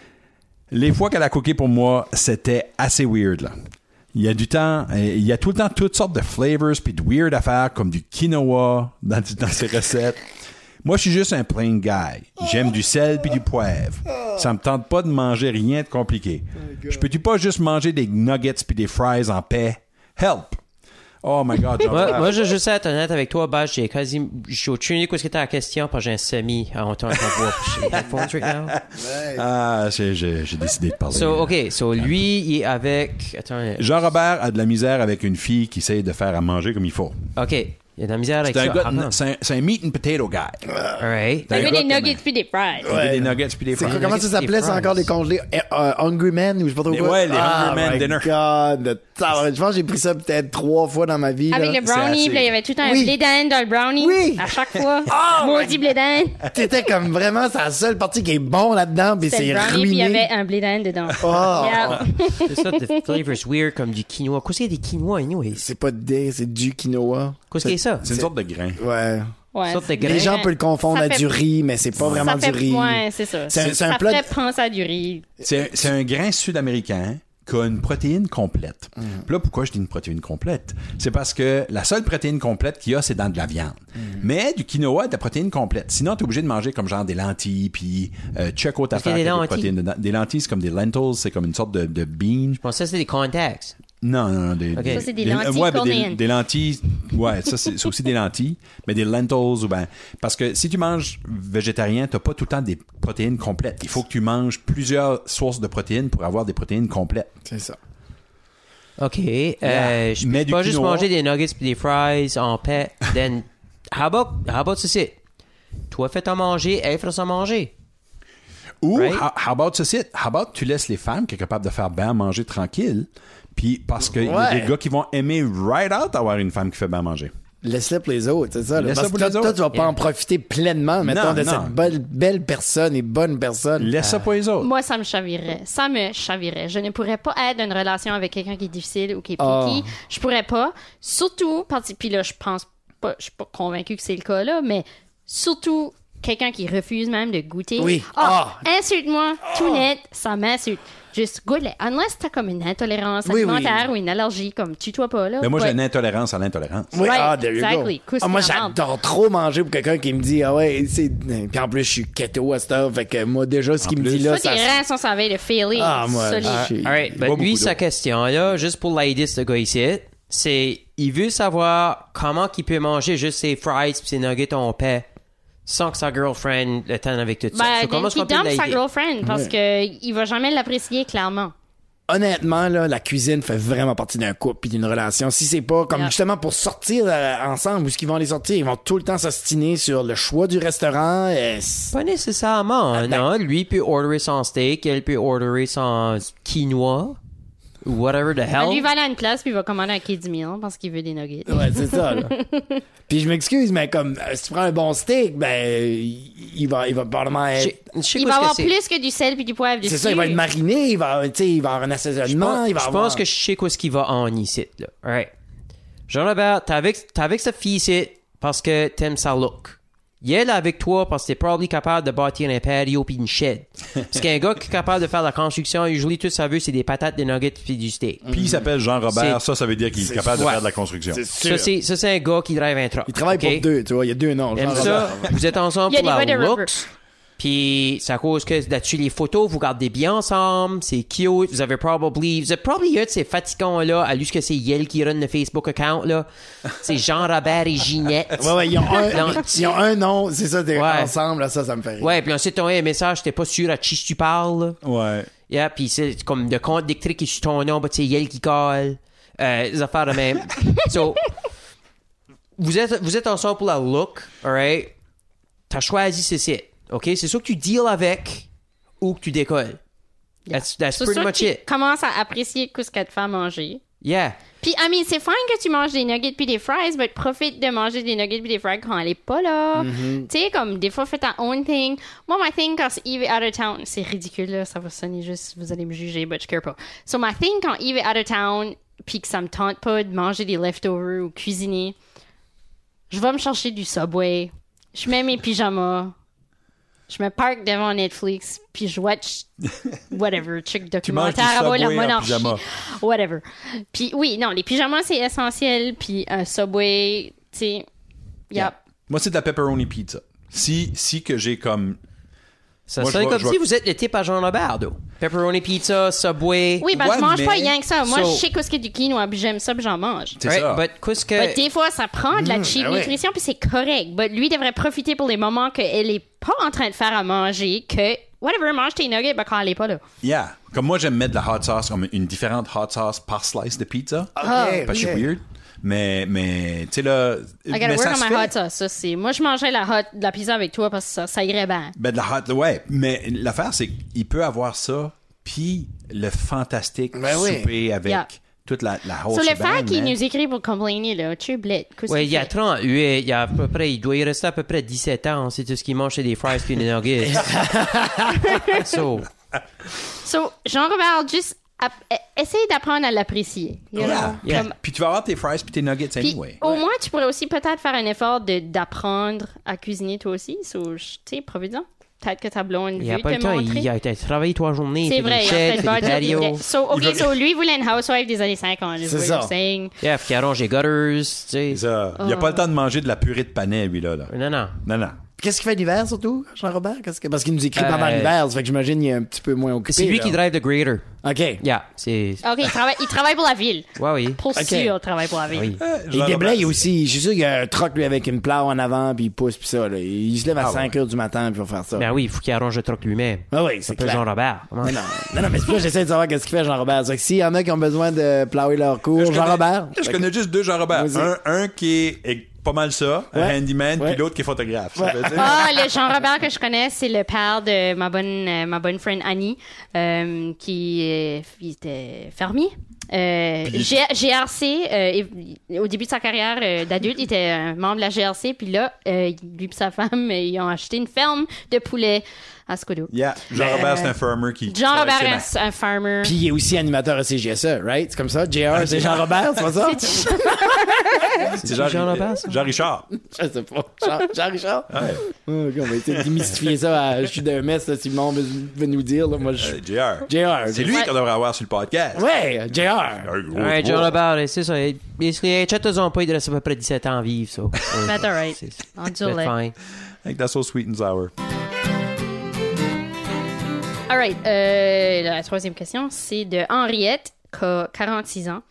les fois qu'elle a cooké pour moi, c'était assez weird, là. Il y a du temps, euh, il y a tout le temps toutes sortes de flavors puis de weird affaires comme du quinoa dans, dans ses recettes. Moi, je suis juste un plain guy. J'aime du sel puis du poivre. Ça me tente pas de manger rien de compliqué. Je peux-tu pas juste manger des nuggets puis des fries en paix? Help! Oh my God, Jean- Moi, moi, je juste être honnête avec toi, bah, j'ai quasi, je suis au-dessus de quoi c'était la question, parce que j'ai un semi à entendre ta voix, puis j'ai les headphones right now. Ah, j'ai, j'ai, j'ai décidé de parler. So, ok, so lui, il est avec, attends, Jean-Robert a de la misère avec une fille qui essaie de faire à manger comme il faut. ok, il y a de la misère avec C'est un, ça. gars Ah, de- non. c'est un, c'est un meat and potato guy. Alright. C'est un Il y a gars des qui nuggets aime- puis des fries. Il y a des nuggets puis des C'est fries. quoi, comment ça s'appelait, ça, encore des congelés? Eh, euh, Hungry Man, ou je sais pas trop quoi? Ouais, les ah, Hungry Man my dinner. God, de tabarnak. Je pense que j'ai pris ça peut-être trois fois dans ma vie, là. Avec le brownie, assez- puis là, il y avait tout le temps Oui. un blé d'Inde dans le brownie. Oui. À chaque fois. Oh Maudit blé d'Inde. T'étais comme vraiment, c'est la seule partie qui est bon là-dedans, pis C'était c'est le brownie, puis il y ruiné. avait un blé d'Inde dedans. Oh. Yeah. C'est ça, des flavors weird comme du quinoa. Qu'est-ce qu'il y a des quinoa, anyways? C'est pas des, c'est du quinoa. Qu'est-ce qu'il y a ça? C'est une sorte de grain. Ouais. Ouais. Sorte de c'est- grain. Les gens peuvent le confondre Ça à fait- du riz, mais c'est pas vraiment ça fait, du riz. Ouais, c'est ça. C'est un- c'est un ça plat ferait de- penser à du riz. C'est, c'est un grain sud-américain qui a une protéine complète. Mm. Puis là, pourquoi je dis une protéine complète? C'est parce que la seule protéine complète qu'il y a, c'est dans de la viande. Mm. Mais du quinoa, de la protéine complète. Sinon, t'es obligé de manger comme genre des lentilles, puis euh, check autre Est-ce qu'il y a affaire des qui a des lentilles? protéines dedans. Des lentilles, c'est comme des lentils, c'est comme une sorte de, de bean. Je pensais que c'était des contacts. Non, non, non. Des, Ok. des- Ça, c'est des des- lentilles ouais, ben, des, coréennes. des lentilles. Ouais, ça, c'est, c'est aussi des lentilles. Mais des lentils ou ben. Parce que si tu manges végétarien, t'as pas tout le temps des protéines complètes. Il faut que tu manges plusieurs sources de protéines pour avoir des protéines complètes. C'est ça. Ok, Yeah. euh, je Mais peux du pas juste quinoa. manger des nuggets puis des fries en paix. Then, how about, how about ceci? Toi, fais-en manger, elle fera manger. Ou, Right? how, how about ceci? How about tu laisses les femmes qui sont capables de faire bien manger tranquille, puis parce qu'il y a Ouais. des gars qui vont aimer right out avoir une femme qui fait bien manger. Laisse-le pour les autres, c'est ça. là. Laisse-le Parce que pour toi, les toi, autres. tu vas pas en profiter pleinement, mettons, Non, de non. cette belle, belle personne et bonne personne. Laisse ça pour les autres. Moi, ça me chavirait. Ça me chavirait. Je ne pourrais pas être dans une relation avec quelqu'un qui est difficile ou qui est Oh. piqué. Je pourrais pas. Surtout, parce- puis là, je pense pas, je suis pas convaincue que c'est le cas là, mais surtout quelqu'un qui refuse même de goûter. Oui. Ah, Ah. insulte-moi, tout net, ça m'insulte. Juste goûte-les. Unless t'as comme une intolérance Oui, alimentaire oui. ou une allergie, comme tutoie pas, là. Mais moi, j'ai Ouais. une intolérance à l'intolérance. Oui, Ouais, ah, there you exactly. go. Cousse Ah, moi, la merde. j'adore trop manger pour quelqu'un qui me dit, ah ouais, c'est. Puis en plus, je suis keto à cette heure, fait que moi, déjà, ce qu'il me plus. dit là, Toi, ça. tes reins sont sur la veille de failer. Ah, moi, solide. ah, j'ai- Alright, Il ben boit lui, beaucoup sa d'eau. question, là, juste pour l'aider, ce gars ici, c'est, il veut savoir comment qu'il peut manger juste ses fries pis ses nuggets en paix sans que sa girlfriend le tienne avec tout ça. Ben, So, comment then est-ce qu'on he peut dump sa l'aider? girlfriend parce que il va jamais l'apprécier, clairement. Honnêtement, là, la cuisine fait vraiment partie d'un couple puis d'une relation. Si c'est pas comme Yeah. justement pour sortir euh, ensemble, où est-ce qu'ils vont aller sortir? Ils vont tout le temps s'ostiner sur le choix du restaurant. euh, c'est- Pas nécessairement, Ah, ben- non. Lui peut orderer son steak, elle peut orderer son quinoa, ou whatever the hell. Lui va aller à une place puis il va commander un kids meal parce qu'il veut des nuggets. Ouais, c'est ça, là. Puis je m'excuse, mais comme, euh, si tu prends un bon steak, ben, il il va, il va probablement Je être. je sais Il pas va ce que avoir c'est. plus que du sel puis du poivre dessus. C'est ça, il va être mariné, il va, tu sais, il va avoir un Je assaisonnement, pense, il va je avoir. pense que je sais quoi ce qui va en ici, là. Alright. Jean-Robert, t'es avec, t'es avec cette fille ici parce que t'aimes sa look. Il est là avec toi parce que t'es probablement capable de bâtir un patio puis une shed. Parce qu'un gars qui est capable de faire la construction, usually tout ça veut, c'est des patates, des nuggets puis du steak. Puis il s'appelle Jean-Robert, C'est- ça, ça veut dire qu'il est c'est- capable de ouais. faire de la construction. C'est Ça, sûr. c'est, ça, c'est un gars qui drive un truck. Il travaille ok? pour deux, tu vois, il y a deux noms. Aime Jean ça, Robert. vous êtes ensemble Il y a pour la des Red River. looks. Puis c'est à cause que là-dessus les photos, vous gardez bien ensemble, c'est cute. Vous avez probably, vous avez probably eu de ces fatigants-là, à lui que c'est Yel qui run le Facebook account, là. C'est Jean-Robert et Ginette. Ouais, ouais, ils ont un, Non. ils ont un nom, c'est ça, t'es Ouais. ensemble, là, ça, ça me fait rire. Ouais, puis ensuite, t'as un message, t'es pas sûr à qui tu parles, là. Ouais. Yeah, puis c'est comme de compte d'électrique qui est sur ton nom, bah, c'est Yel qui colle. Euh, des affaires de même. So, vous êtes, vous êtes ensemble pour la look, alright? T'as choisi ce site, ok? C'est ça que tu deals avec ou que tu décolles. That's, that's C'est pretty sûr much que tu it. commences à apprécier ce qu'elle te fait manger. Yeah. Puis, I mean, c'est fine que tu manges des nuggets puis des fries, mais profite de manger des nuggets puis des fries quand elle est pas là. Mm-hmm. Tu sais, comme, des fois, fais ta own thing. Moi, my thing, quand Eve est out of town, c'est ridicule, là, ça va sonner juste, vous allez me juger, but je care pas. So, my thing, quand Eve est out of town, puis que ça me tente pas de manger des leftovers ou cuisiner, je vais me chercher du Subway, je mets mes pyjamas, je me parque devant Netflix, puis je watch whatever, truc documentaire à bas la Subway en monarchie, pyjama. whatever. Puis oui, non, les pyjamas c'est essentiel, puis un Subway, tu sais, yep. Moi, c'est de la pepperoni pizza. Si, si que j'ai comme... Ça Moi, je serait vais- comme je vais- si vous êtes le type à Jean-Robert, though. Pepperoni pizza, Subway. Oui, ben Ouais, je mange pas mais- rien que ça. Moi, So- je sais qu'est-ce que du quinoa, puis j'aime ça, puis j'en mange. C'est Right, ça. But qu'est-ce que... But des fois, ça prend de la cheap ah ouais. nutrition, puis c'est correct. But lui devrait profiter pour les moments qu'elle est pas en train de faire à manger, que, whatever, mange tes nuggets, ben quand elle est pas là. Yeah. Comme moi, j'aime mettre de la hot sauce, comme une différente hot sauce par slice de pizza. Ah, Ok, Parce que ok. c'est weird. Mais, mais tu sais, là... I gotta mais work ça on se my fait. hot sauce. Ça, c'est... Moi, je mangerais la, hot, de la pizza avec toi parce que ça, ça irait bien. Ben, de la hot... Ouais. Mais l'affaire, c'est qu'il peut avoir ça, puis le fantastique Ben oui. souper avec Yeah. toute la, la whole Sur le shebang, fait qu'il man. nous écrit pour complainer, là, tu es bled. Qu'est-ce Ouais, qu'il il y a fait? trente-huit, il y a à peu près, il doit y rester à peu près dix-sept ans, c'est tout ce qu'il mange, c'est des fries puis des nuggets. So, So, Jean-Robert, juste app- e- essaye d'apprendre à l'apprécier. you know? Yeah. Yeah. Comme- Puis tu vas avoir tes fries puis tes nuggets Puis, anyway. au moins, tu pourrais aussi peut-être faire un effort de, d'apprendre à cuisiner toi aussi. So, je- tu sais, profites-en. Peut-être que ta blonde il y a veut pas te le temps, montrer. il a été travaillé trois journées, C'est fait vrai, des il a sheds, fait fait le des budget. il patios. voulait- So, OK, Il veut- so lui voulait une housewife des années cinquante. is C'est what ça. you're saying. Yeah, qui arrange les gutters, tu sais. C'est ça. Il n'y a Ah. pas le temps de manger de la purée de panais, lui, là. là. Non, non. Non, non. Qu'est-ce qu'il fait l'hiver, surtout, Jean-Robert? Qu'est-ce que... Parce qu'il nous écrit Euh, pendant l'hiver, ça fait que j'imagine qu'il est un petit peu moins occupé. C'est lui là. qui drive the grader. OK. Yeah, c'est... OK, il travaille, il travaille pour la ville. Ouais, oui. Pour Ok. sûr, il travaille pour la ville. Oui. Il déblaye aussi. Je suis sûr qu'il y a un truck, lui, avec une plow en avant, puis il pousse, puis ça. Là. Il se lève à Ah, cinq ouais. heures du matin, puis il va faire ça. Ben oui, il faut qu'il arrange le truck lui-même. Ah oui, C'est c'est pas clair. Jean-Robert. Comment? Non, non, non, non, mais c'est pour ça que j'essaie de savoir qu'est-ce qu'il fait, Jean-Robert. C'est que s'il y en a qui ont besoin de plower leur cours, Je connais- Jean-Robert. Je connais juste deux Jean-Robert. Vas-y. Un, un qui est, est pas mal ça, Ouais. un handyman, Ouais. puis l'autre qui est photographe. Ça Ouais. veut dire- Ah, le Jean-Robert que je connais, c'est le père de ma bonne, euh, ma bonne friend Annie, euh, qui, euh, il était fermier. Euh, G- GRC, euh, au début de sa carrière euh, d'adulte, il était un membre de la G R C, puis là, euh, lui et sa femme, ils ont acheté une ferme de poulets à Scudder. Yeah. Jean-Robert, c'est un farmer qui... Jean-Robert Ouais, est un farmer. Puis il est aussi animateur à C G S E, right? C'est comme ça? J R, c'est Jean-Robert, c'est pas ça? C'est Jean- Jean-Robert, ça? Jean-Richard. Je sais pas. Jean- Jean-Richard? Ouais. Oh, ok, on va essayer de démystifier ça à Je suis d'un mess, là, si le monde veut, veut nous dire. Là, moi, je... Euh, J R. J R. C'est lui Ouais. qu'on devrait avoir sur le podcast. Ouais, J R. Un gros Ouais, gros. John Robert, c'est ça. Il serait chatte-en pas, il reste à peu près dix-sept ans à vivre, ça. That's alright. C'est- c'est- On dit c'est lait. fine. Avec la sauce sweet and sour. Alright, euh, la troisième question, c'est de Henriette, qui a quarante-six ans.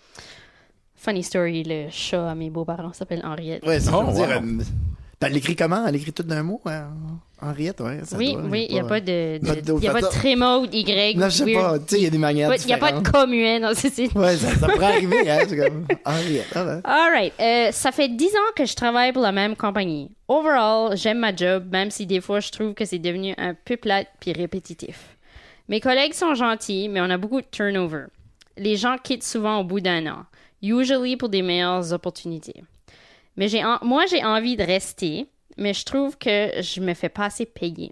Funny story, le chat à mes beaux-parents s'appelle Henriette. Ouais, ça Oh, veut dire. wow. euh, elle l'écrit comment? Elle écrit tout d'un mot? hein? Henriette, ouais. Ça Oui, doit, oui, il n'y a pas de, pas de, de- y a pas de pas de- tréma ou de Y. Non, je sais weird. pas. Tu sais, il y a des manières. Il n'y a pas de différentes. commuet dans ce site. Ouais, ça, ça pourrait arriver, hein. C'est comme Henriette. Ah, ouais. Alright, euh, ça fait dix ans que je travaille pour la même compagnie. Overall, j'aime ma job, même si des fois je trouve que c'est devenu un peu plate puis répétitif. Mes collègues sont gentils, mais on a beaucoup de turnover. Les gens quittent souvent au bout d'un an, usually pour des meilleures opportunités. Mais j'ai en- moi, j'ai envie de rester, mais je trouve que je me fais pas assez payer.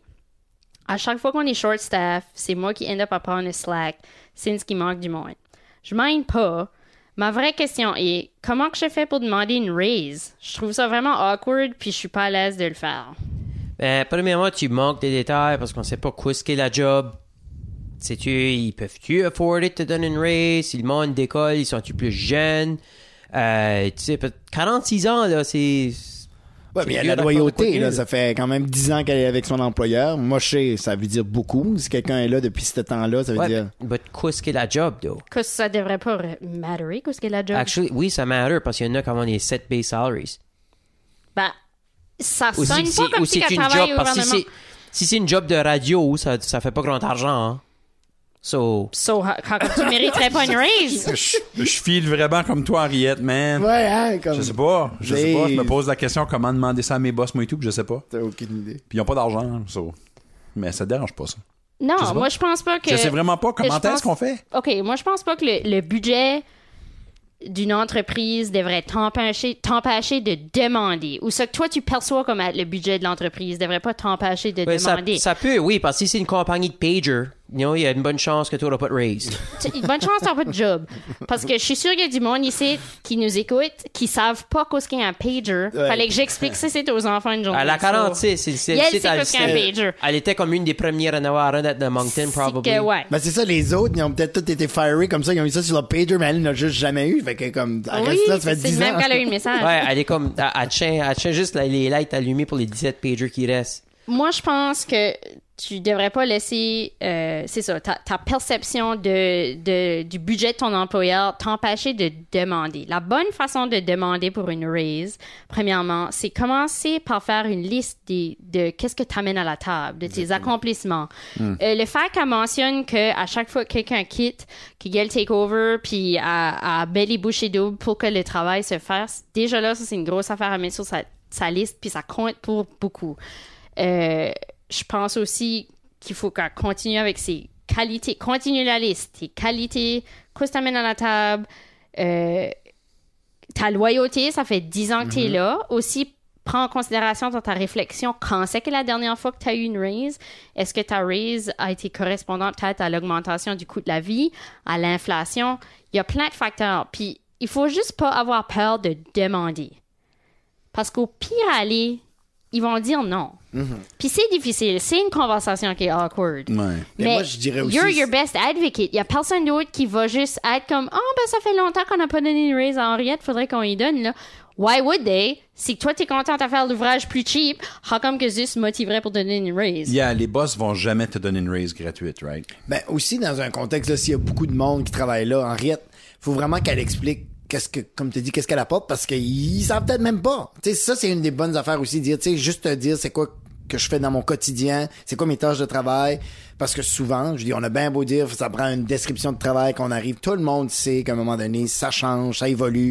À chaque fois qu'on est short staff, c'est moi qui end up à prendre le slack, since qu'il manque du monde. Je m'aime pas. Ma vraie question est, comment que je fais pour demander une raise? Je trouve ça vraiment awkward, puis je suis pas à l'aise de le faire. Ben, premièrement, tu manques des détails parce qu'on sait pas quoi ce qu'est la job. Sais-tu, ils peuvent-tu afford it te donner une raise? Si le monde décolle, ils sont-tu plus jeunes? Euh, tu sais, peut- quarante-six ans, là, c'est... Ouais, c'est mais il y a vieux la d'affaire de loyauté, côté, là. là. Ça fait quand même dix ans qu'elle est avec son employeur. Moi, je sais, ça veut dire beaucoup. Si quelqu'un est là depuis ce temps-là, ça veut Ouais, dire. mais but quoi ce qu'est la job, though? Que ça devrait pas re- matterer, qu'est-ce que la job? Actually, oui, ça matter parce qu'il y en a qui ont des sept base salaries. Ben, ça Ou sonne si pas c'est comme ou si c'est qu'elle une travaille job, au parce que si gouvernement. c'est si c'est une job de radio, ça, ça fait pas grand argent, hein? So, So, how- how come tu mériterais pas une raise? Je, je file vraiment comme toi, Henriette, man. Ouais, hein, comme. Je sais pas. Je sais Mais- pas. Je me pose la question comment demander ça à mes boss, moi et tout, puis je sais pas. T'as aucune idée. Puis ils ont pas d'argent, so. Mais ça te dérange pas, ça. Non, Je sais pas. moi, je pense pas que... Je sais vraiment pas comment je pense- est-ce qu'on fait. OK, moi, je pense pas que le, le budget d'une entreprise devrait t'empêcher, t'empêcher de demander. Ou ce que toi, tu perçois comme être le budget de l'entreprise devrait pas t'empêcher de ouais, ça, demander. ça peut, oui, parce que si c'est une compagnie de pager, you know, il y a une bonne chance que tu n'auras pas de raise. Tu- Bonne chance, t'as pas de job. Parce que je suis sûre qu'il y a du monde ici qui nous écoute, qui savent pas qu'est-ce qu'est un pager. Ouais. Fallait que j'explique ça, c'est aux enfants une journée. À la quarante-six, c'est, c'est, Elle c'est- sait elle, qu'est-ce qu'un pager. elle était comme une des premières à en avoir un de Moncton, C'est probablement. que, ouais. Ben, c'est ça, les autres, ils ont peut-être tous été firés comme ça, ils ont mis ça sur leur pager, mais elle n'a juste jamais eu. Fait que, comme, elle Oui, reste là, ça fait c'est dix le même ans. qu'elle a eu le message. Ouais, elle est comme, elle, elle tient, elle tient juste les lights allumées pour les dix-sept pagers qui restent. Moi, je pense que tu devrais pas laisser, euh, c'est ça, ta, ta perception de, de, du budget de ton employeur t'empêcher de demander. La bonne façon de demander pour une raise, premièrement, c'est commencer par faire une liste des, de qu'est-ce que tu amènes à la table, de tes accomplissements. Euh, le fait qu'elle mentionne qu'à chaque fois que quelqu'un quitte, qu'il y a le takeover, puis à, à belle et bouchée double pour que le travail se fasse, déjà là, ça, c'est une grosse affaire à mettre sur sa, sa liste, puis ça compte pour beaucoup. Euh, je pense aussi qu'il faut qu'elle continue avec ses qualités. Continue la liste. Tes qualités, qu'est-ce que t'amènes à la table, euh, ta loyauté, ça fait dix ans que t'es là. Aussi, prends en considération dans ta réflexion quand c'est que la dernière fois que tu as eu une raise, est-ce que ta raise a été correspondante peut-être à l'augmentation du coût de la vie, à l'inflation? Il y a plein de facteurs. Puis, il faut juste pas avoir peur de demander. Parce qu'au pire aller, ils vont dire non. Puis c'est difficile. C'est une conversation qui est awkward. Ouais. Mais Mais moi, je dirais aussi- you're your best advocate. Il y a personne d'autre qui va juste être comme « Ah, oh, ben ça fait longtemps qu'on n'a pas donné une raise à Henriette, faudrait qu'on y donne, là. » Why would they? Si toi, t'es contente à faire l'ouvrage plus cheap, how come que Zeus motiverait pour donner une raise? Yeah, les boss vont jamais te donner une raise gratuite, right? Ben, aussi, dans un contexte, là, s'il y a beaucoup de monde qui travaille là, Henriette, faut vraiment qu'elle explique qu'est-ce que, comme tu dis, qu'est-ce qu'elle apporte, parce qu'ils savent peut-être même pas. Tu sais, ça, c'est une des bonnes affaires aussi, dire, tu sais, juste te dire c'est quoi que je fais dans mon quotidien, c'est quoi mes tâches de travail, parce que souvent, je dis, on a bien beau dire, ça prend une description de travail qu'on arrive, tout le monde sait qu'à un moment donné, ça change, ça évolue,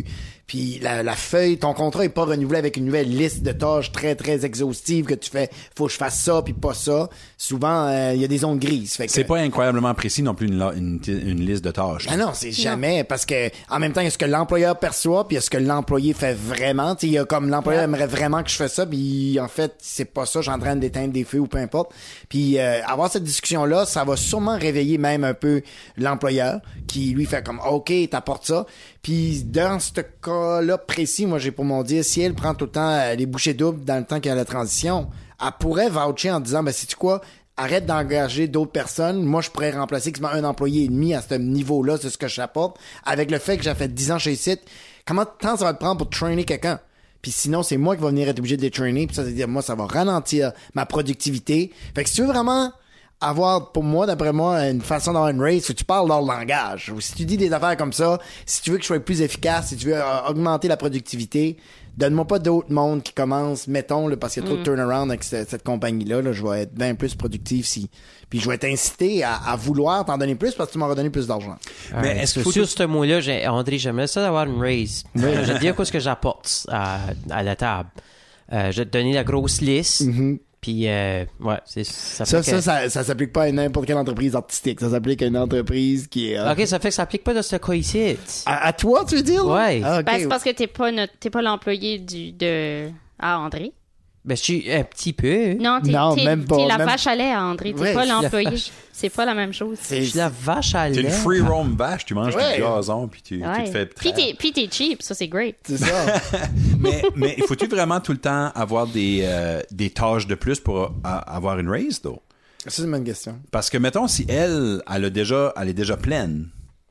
puis la, la feuille, ton contrat est pas renouvelé avec une nouvelle liste de tâches très, très exhaustive que tu fais, faut que je fasse ça, puis pas ça. Souvent, il euh, y a des zones grises. Fait que, c'est pas incroyablement précis non plus une, une, une liste de tâches. Ah non, c'est jamais, parce que en même temps, il y a ce que l'employeur perçoit, puis il y a ce que l'employé fait vraiment. Il y a comme l'employeur aimerait vraiment que je fasse ça, puis en fait, c'est pas ça, je suis en train d'éteindre des feux ou peu importe. Puis euh, avoir cette discussion-là, ça va sûrement réveiller même un peu l'employeur, qui lui fait comme, OK, t'apportes ça. Puis dans ce cas-là précis, moi j'ai pour mon dire, si elle prend tout le temps euh, les bouchées doubles dans le temps qu'il y a la transition, elle pourrait voucher en disant, ben sais-tu quoi, arrête d'engager d'autres personnes, moi je pourrais remplacer quasiment un employé et demi à ce niveau-là, c'est ce que j'apporte, avec le fait que j'ai fait dix ans chez Site. Comment de temps ça va te prendre pour trainer quelqu'un? Puis sinon, c'est moi qui va venir être obligé de les trainer, puis ça veut dire, moi, ça va ralentir ma productivité. Fait que si tu veux vraiment avoir, pour moi, d'après moi, une façon d'avoir une raise, si tu parles leur langage, ou si tu dis des affaires comme ça, si tu veux que je sois plus efficace, si tu veux euh, augmenter la productivité, donne-moi pas d'autres mondes qui commencent, mettons, là, parce qu'il y a trop mm. de turnaround avec cette, cette compagnie-là, là, je vais être bien plus productif si... Puis je vais t'inciter à, à vouloir t'en donner plus parce que tu m'auras donné plus d'argent. Mais ouais, est-ce que sur tout... ce mot-là, j'ai... André, j'aimerais ça d'avoir une raise. Je vais te dire quoi ce que j'apporte à, à la table. Euh, je vais te donner la grosse liste. Mm-hmm. Puis, euh, ouais, c'est, ça, ça, fait ça, que... ça, ça s'applique pas à n'importe quelle entreprise artistique. Ça s'applique à une entreprise qui est... Euh... OK, ça fait que ça s'applique pas dans ce cas ici. À, à toi, tu veux dire? Ouais. Ah, okay. Ben, c'est parce que t'es pas, notre, t'es pas l'employé du, de... Ah, André? Ben, je suis un petit peu. Non, t'es, non, t'es, même pas, t'es la même... vache à lait, André. T'es ouais, pas l'employé. C'est pas la même chose. C'est... Je suis la vache à lait. T'es une free roam vache, tu manges ouais. du gazon, puis tu, ouais. tu te fais... Puis t'es, puis t'es cheap, ça c'est great. C'est ça. mais, mais faut-tu vraiment tout le temps avoir des, euh, des tâches de plus pour euh, avoir une raise, though? Ça, c'est une bonne question. Parce que, mettons, si elle, elle, a déjà, elle est déjà pleine,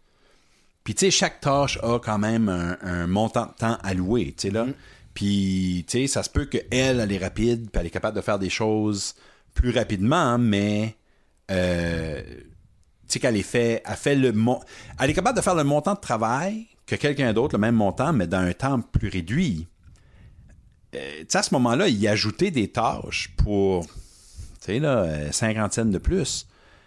puis tu sais, chaque tâche a quand même un, un montant de temps alloué, tu sais, là. Mm. Puis, tu sais, ça se peut qu'elle, elle est rapide, puis elle est capable de faire des choses plus rapidement, mais, euh, tu sais, qu'elle est fait, elle fait le mon... elle est capable de faire le montant de travail que quelqu'un d'autre, le même montant, mais dans un temps plus réduit. Euh, tu sais, à ce moment-là, y ajouter des tâches pour, tu sais, là, cinquante cents de plus,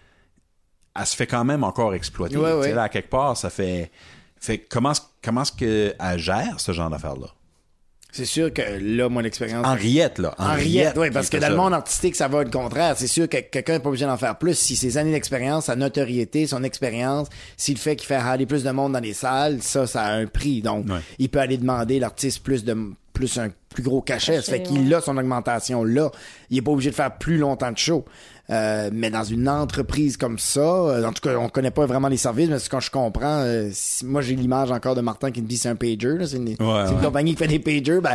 elle se fait quand même encore exploiter. Ouais, tu sais, ouais. là, à quelque part, ça fait, fait comment, comment est-ce qu'elle gère ce genre d'affaires-là? C'est sûr que là, mon expérience... Henriette, là. Henriette, oui, parce que dans ça. le monde artistique, ça va être le contraire. C'est sûr que quelqu'un n'est pas obligé d'en faire plus. Si ses années d'expérience, sa notoriété, son expérience, si le fait qu'il fait aller plus de monde dans les salles, ça, ça a un prix. Donc, ouais. il peut aller demander l'artiste plus de plus un plus gros cachet. Ça fait ouais. qu'il a son augmentation là. Il est pas obligé de faire plus longtemps de show. Euh, mais dans une entreprise comme ça, euh, en tout cas, on connaît pas vraiment les services, mais quand je comprends, euh, si, moi j'ai l'image encore de Martin qui me dit c'est un pager, là, c'est une, ouais, c'est ouais. une compagnie qui fait des pagers, ben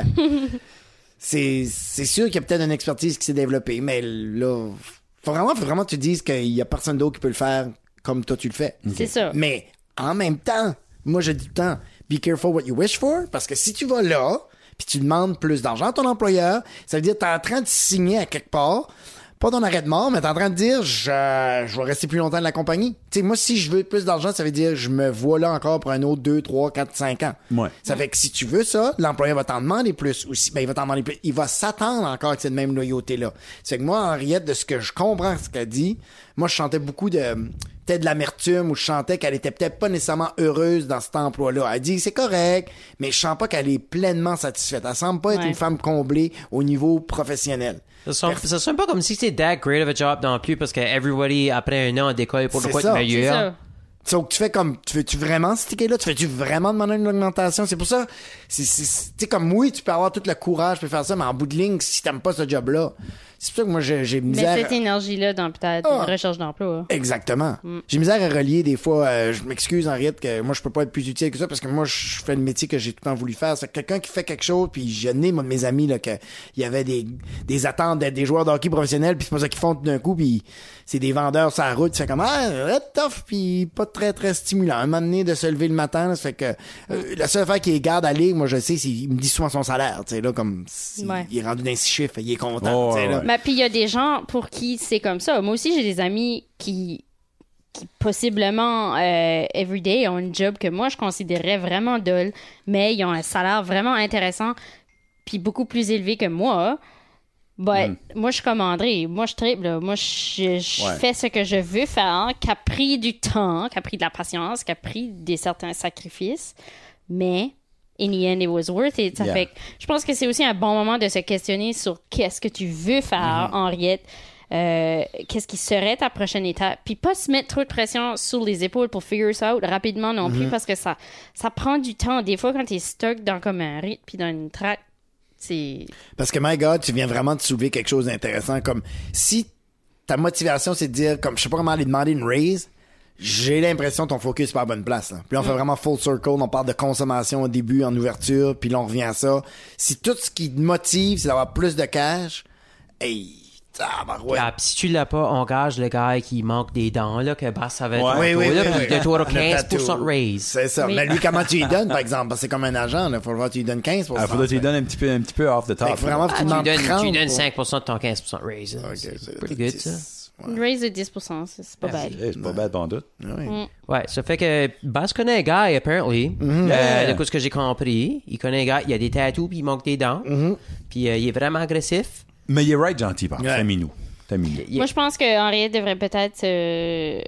c'est c'est sûr qu'il y a peut-être une expertise qui s'est développée, mais là, faut vraiment, faut vraiment que tu dises qu'il y a personne d'autre qui peut le faire comme toi tu le fais. C'est ça. Mais en même temps, moi je dis tout le temps, be careful what you wish for, parce que si tu vas là, puis tu demandes plus d'argent à ton employeur, ça veut dire que t'es en train de signer à quelque part. Pas ton arrêt de mort, mais t'es en train de dire je, je vais rester plus longtemps de la compagnie. Tu sais, moi, si je veux plus d'argent, ça veut dire je me vois là encore pour un autre deux, trois, quatre, cinq ans. Ouais. Ça fait que si tu veux ça, l'employeur va t'en demander plus aussi. Ben, il va t'en demander plus. Il va s'attendre encore avec cette même loyauté-là. C'est que moi, Henriette, de ce que je comprends ce qu'elle dit, moi, je chantais beaucoup de, peut-être de l'amertume, ou je chantais qu'elle était peut-être pas nécessairement heureuse dans cet emploi-là. Elle dit, c'est correct, mais je sens pas qu'elle est pleinement satisfaite. Elle semble pas être ouais. une femme comblée au niveau professionnel. Ça sonne, ça sonne pas comme si c'était that great of a job non plus, parce que everybody, après un an, décolle pour le quoi de meilleur. Donc, tu fais comme, tu veux-tu vraiment ce ticket-là? Tu fais-tu vraiment demander une augmentation? C'est pour ça, c'est, c'est, c'est, tu sais, comme oui, tu peux avoir tout le courage pour faire ça, mais en bout de ligne, si t'aimes pas ce job-là, c'est pour ça que moi, j'ai, j'ai misère... Mais cette énergie-là dans peut-être ah, une recherche d'emploi. Exactement. Mm. J'ai misère à relier des fois, euh, je m'excuse, Henriette, que moi, je peux pas être plus utile que ça, parce que moi, je fais le métier que j'ai tout le temps voulu faire. C'est quelqu'un qui fait quelque chose, puis je n'ai, moi, de mes amis, là, qu'il y avait des, des attentes d'être des joueurs de hockey professionnels, puis c'est pas ça qu'ils font tout d'un coup, puis c'est des vendeurs sur la route, tu fais comme, ah, tough, puis pas très, très stimulant. Un moment donné, de se lever le matin, là, ça fait que, euh, la seule affaire qui est garde à ligue, moi, je sais, c'est, il me dit souvent son salaire, tu sais, là, comme, ouais. il est rendu dans six chiffres, il est content, oh, tu sais, là. Mais puis il y a des gens pour qui c'est comme ça. Moi aussi, j'ai des amis qui, qui possiblement, euh, everyday, ont une job que moi, je considérais vraiment dull, mais ils ont un salaire vraiment intéressant, puis beaucoup plus élevé que moi. But, mm. moi, je suis comme André. Moi, je tripe, là. Moi, je, je ouais. fais ce que je veux faire, qui a pris du temps, qui a pris de la patience, qui a pris des certains sacrifices, mais in the end, it was worth it. Ça Yeah. fait que je pense que c'est aussi un bon moment de se questionner sur qu'est-ce que tu veux faire, Mm-hmm. Henriette. Euh, qu'est-ce qui serait ta prochaine étape? Puis pas se mettre trop de pression sur les épaules pour figure ça out rapidement non plus, parce que ça, ça prend du temps. Des fois, quand t'es stuck dans comme un rythme puis dans une track, c'est... Parce que, my God, tu viens vraiment de soulever quelque chose d'intéressant. Comme, si ta motivation, c'est de dire, comme, je sais pas comment aller demander une raise, j'ai l'impression que ton focus est pas à la bonne place. Là. Puis là, on fait vraiment full circle. On parle de consommation au début, en ouverture, puis là, on revient à ça. Si tout ce qui te motive, c'est d'avoir plus de cash, hey, ah, bah, ouais. Ah, pis si tu l'as pas, on gage le gars qui manque des dents, là, que bah, ça va être Ouais. un Oui, oui, taux, là, oui, pis oui. de toi, Le quinze pour cent tattoo. de raise. C'est ça. Oui. Mais lui, comment tu lui donnes, par exemple? Parce que c'est comme un agent, là. Faut le voir, tu lui donnes quinze pour cent. Il faudrait que tu lui donnes un petit peu, un petit peu off the top. Fait que vraiment, Ah, tu tu demandes lui donnes, trente tu lui donnes pour- cinq pour cent de ton quinze pour cent de raise. là. Ok, c'est c'est pretty good, ça. Ouais. Une raise de dix pour cent, c'est c'est pas bad. Eh, c'est pas bad, bon doute. Oui. Ouais, ça fait que Bass connaît un gars, apparently. Mm-hmm. Euh, Yeah. de ce que j'ai compris. Il connaît un gars, il a des tattoos, puis il manque des dents. Mm-hmm. Puis euh, il est vraiment agressif. Mais il est right gentil, par contre. Ouais. T'as mis nous. T'as mis nous. Il- Moi, je pense que Henriette devrait peut-être, euh,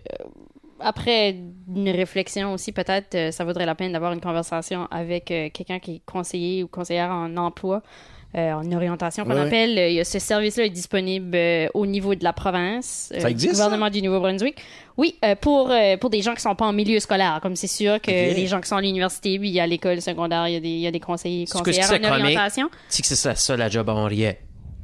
après une réflexion aussi, peut-être, euh, ça vaudrait la peine d'avoir une conversation avec euh, quelqu'un qui est conseiller ou conseillère en emploi, euh, en orientation qu'on Ouais. appelle. Euh, il y a ce service-là est disponible euh, au niveau de la province, euh, Ça existe, du gouvernement du Nouveau-Brunswick. Oui, euh, pour euh, pour des gens qui sont pas en milieu scolaire, comme c'est sûr que Ok. les gens qui sont à l'université, puis il y a l'école secondaire, il y a des il y a des conseillers, C'est que c'est conseillères ça, en comique. orientation. Tu sais que c'est ça, ça la job à Henriette.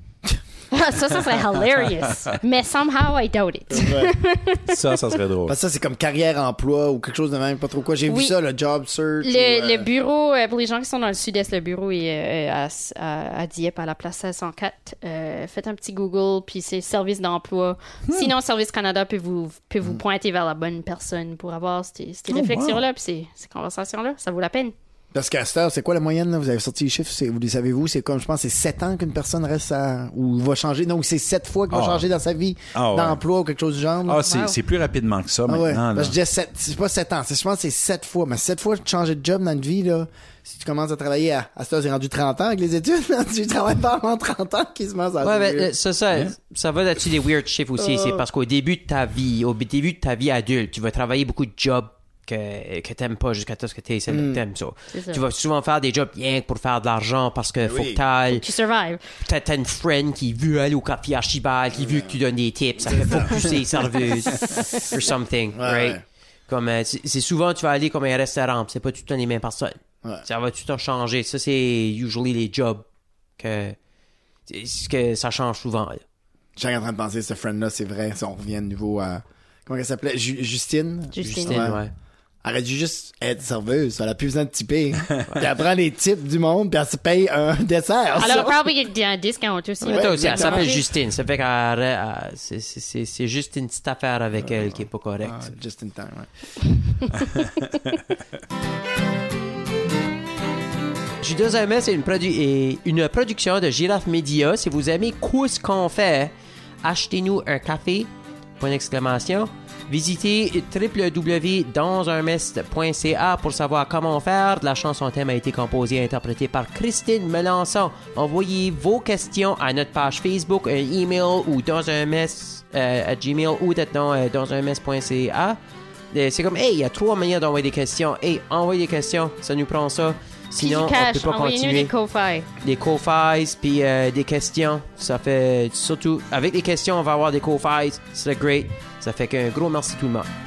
ça, ça serait hilarious. Mais somehow I doubt it. Ça, ça serait drôle. Parce que ça, c'est comme carrière-emploi ou quelque chose de même, pas trop quoi. J'ai Oui. vu ça, le job search. Le, ou, euh, le bureau, euh, pour les gens qui sont dans le sud-est, le bureau est euh, à, à, à Dieppe, à la place seize cent quatre. Euh, faites un petit Google, puis c'est service d'emploi. Sinon, Service Canada peut vous, peut vous pointer vers la bonne personne pour avoir ces, ces Oh, réflexions-là, puis ces, ces conversations-là. Ça vaut la peine. Parce qu'à cette heure, c'est quoi la moyenne, là? Vous avez sorti les chiffres, c'est- vous les savez-vous? C'est comme, je pense, c'est sept ans qu'une personne reste à, ou va changer. Donc, c'est sept fois qu'il va Ah. changer dans sa vie Ah, ouais. d'emploi ou quelque chose du genre. là. Ah, c'est Wow. c'est plus rapidement que ça Ah ouais. maintenant. là. Parce que je disais sept, c'est pas sept ans. C'est, je pense que c'est sept fois. Mais sept fois de changer de job dans une vie, là. Si tu commences à travailler à, à cette heure, c'est rendu trente ans avec les études, là. Tu travailles pas avant trente ans, quasiment, ça. Ouais, c'est ben, weird. euh, ça, ça, ça va là-dessus des weird shifts aussi. C'est parce qu'au début de ta vie, au début de ta vie adulte, tu vas travailler beaucoup de jobs que, que t'aimes pas jusqu'à ce que t'aies celle que t'aimes, ça. C'est ça. Tu vas souvent faire des jobs rien que pour faire de l'argent parce que faut oui. que t'ailles. Tu survives. T'as, t'as une friend qui veut aller au café Archibald, qui veut que tu donnes des tips. Ça fait pas pousser les serveuses. Or something, Ouais, right? ouais. Comme, euh, c'est, c'est souvent, tu vas aller comme un restaurant, pis c'est pas tout le temps les mêmes personnes. Ouais. Ça va tout le temps changer. Ça, c'est usually les jobs que, c'est- que ça change souvent, là. Je suis en train de penser, ce friend-là, c'est vrai. Si on revient de nouveau à, comment elle s'appelait? Ju- Justine? Justine. Justine, Ouais. ouais. Elle aurait dû juste être serveuse. Elle a plus besoin de tiper. Puis elle prend les tips du monde, puis elle se paye un dessert. Alors, ça. probably qu'il y a un discount aussi. Mais toi aussi, elle exactement. s'appelle Justine. Ça fait qu'elle, elle- c'est, c'est, c'est, c'est juste une petite affaire avec elle qui est pas correcte. Ah, just in time, ouais. Judas M S est une, produ- est une production de Giraffe Media. Si vous aimez quoi ce qu'on fait, achetez-nous un café. Point d'exclamation. Visitez w w w point dans un mess point c a pour savoir comment faire. La chanson thème a été composée et interprétée par Christine Melançon. Envoyez vos questions à notre page Facebook, un email ou dans un mess euh, à Gmail ou dans, euh, dans un mess point c a. Euh, C'est comme, hey, il y a trois manières d'envoyer des questions. Hey, envoyez des questions, ça nous prend ça. Puis Sinon, du on cash, peut pas envoyez-nous continuer. des Ko-Fi. Des co-files, puis euh, des questions. Ça fait, surtout, avec les questions, on va avoir des co-files. C'est great. Ça fait qu'un gros merci tout le monde.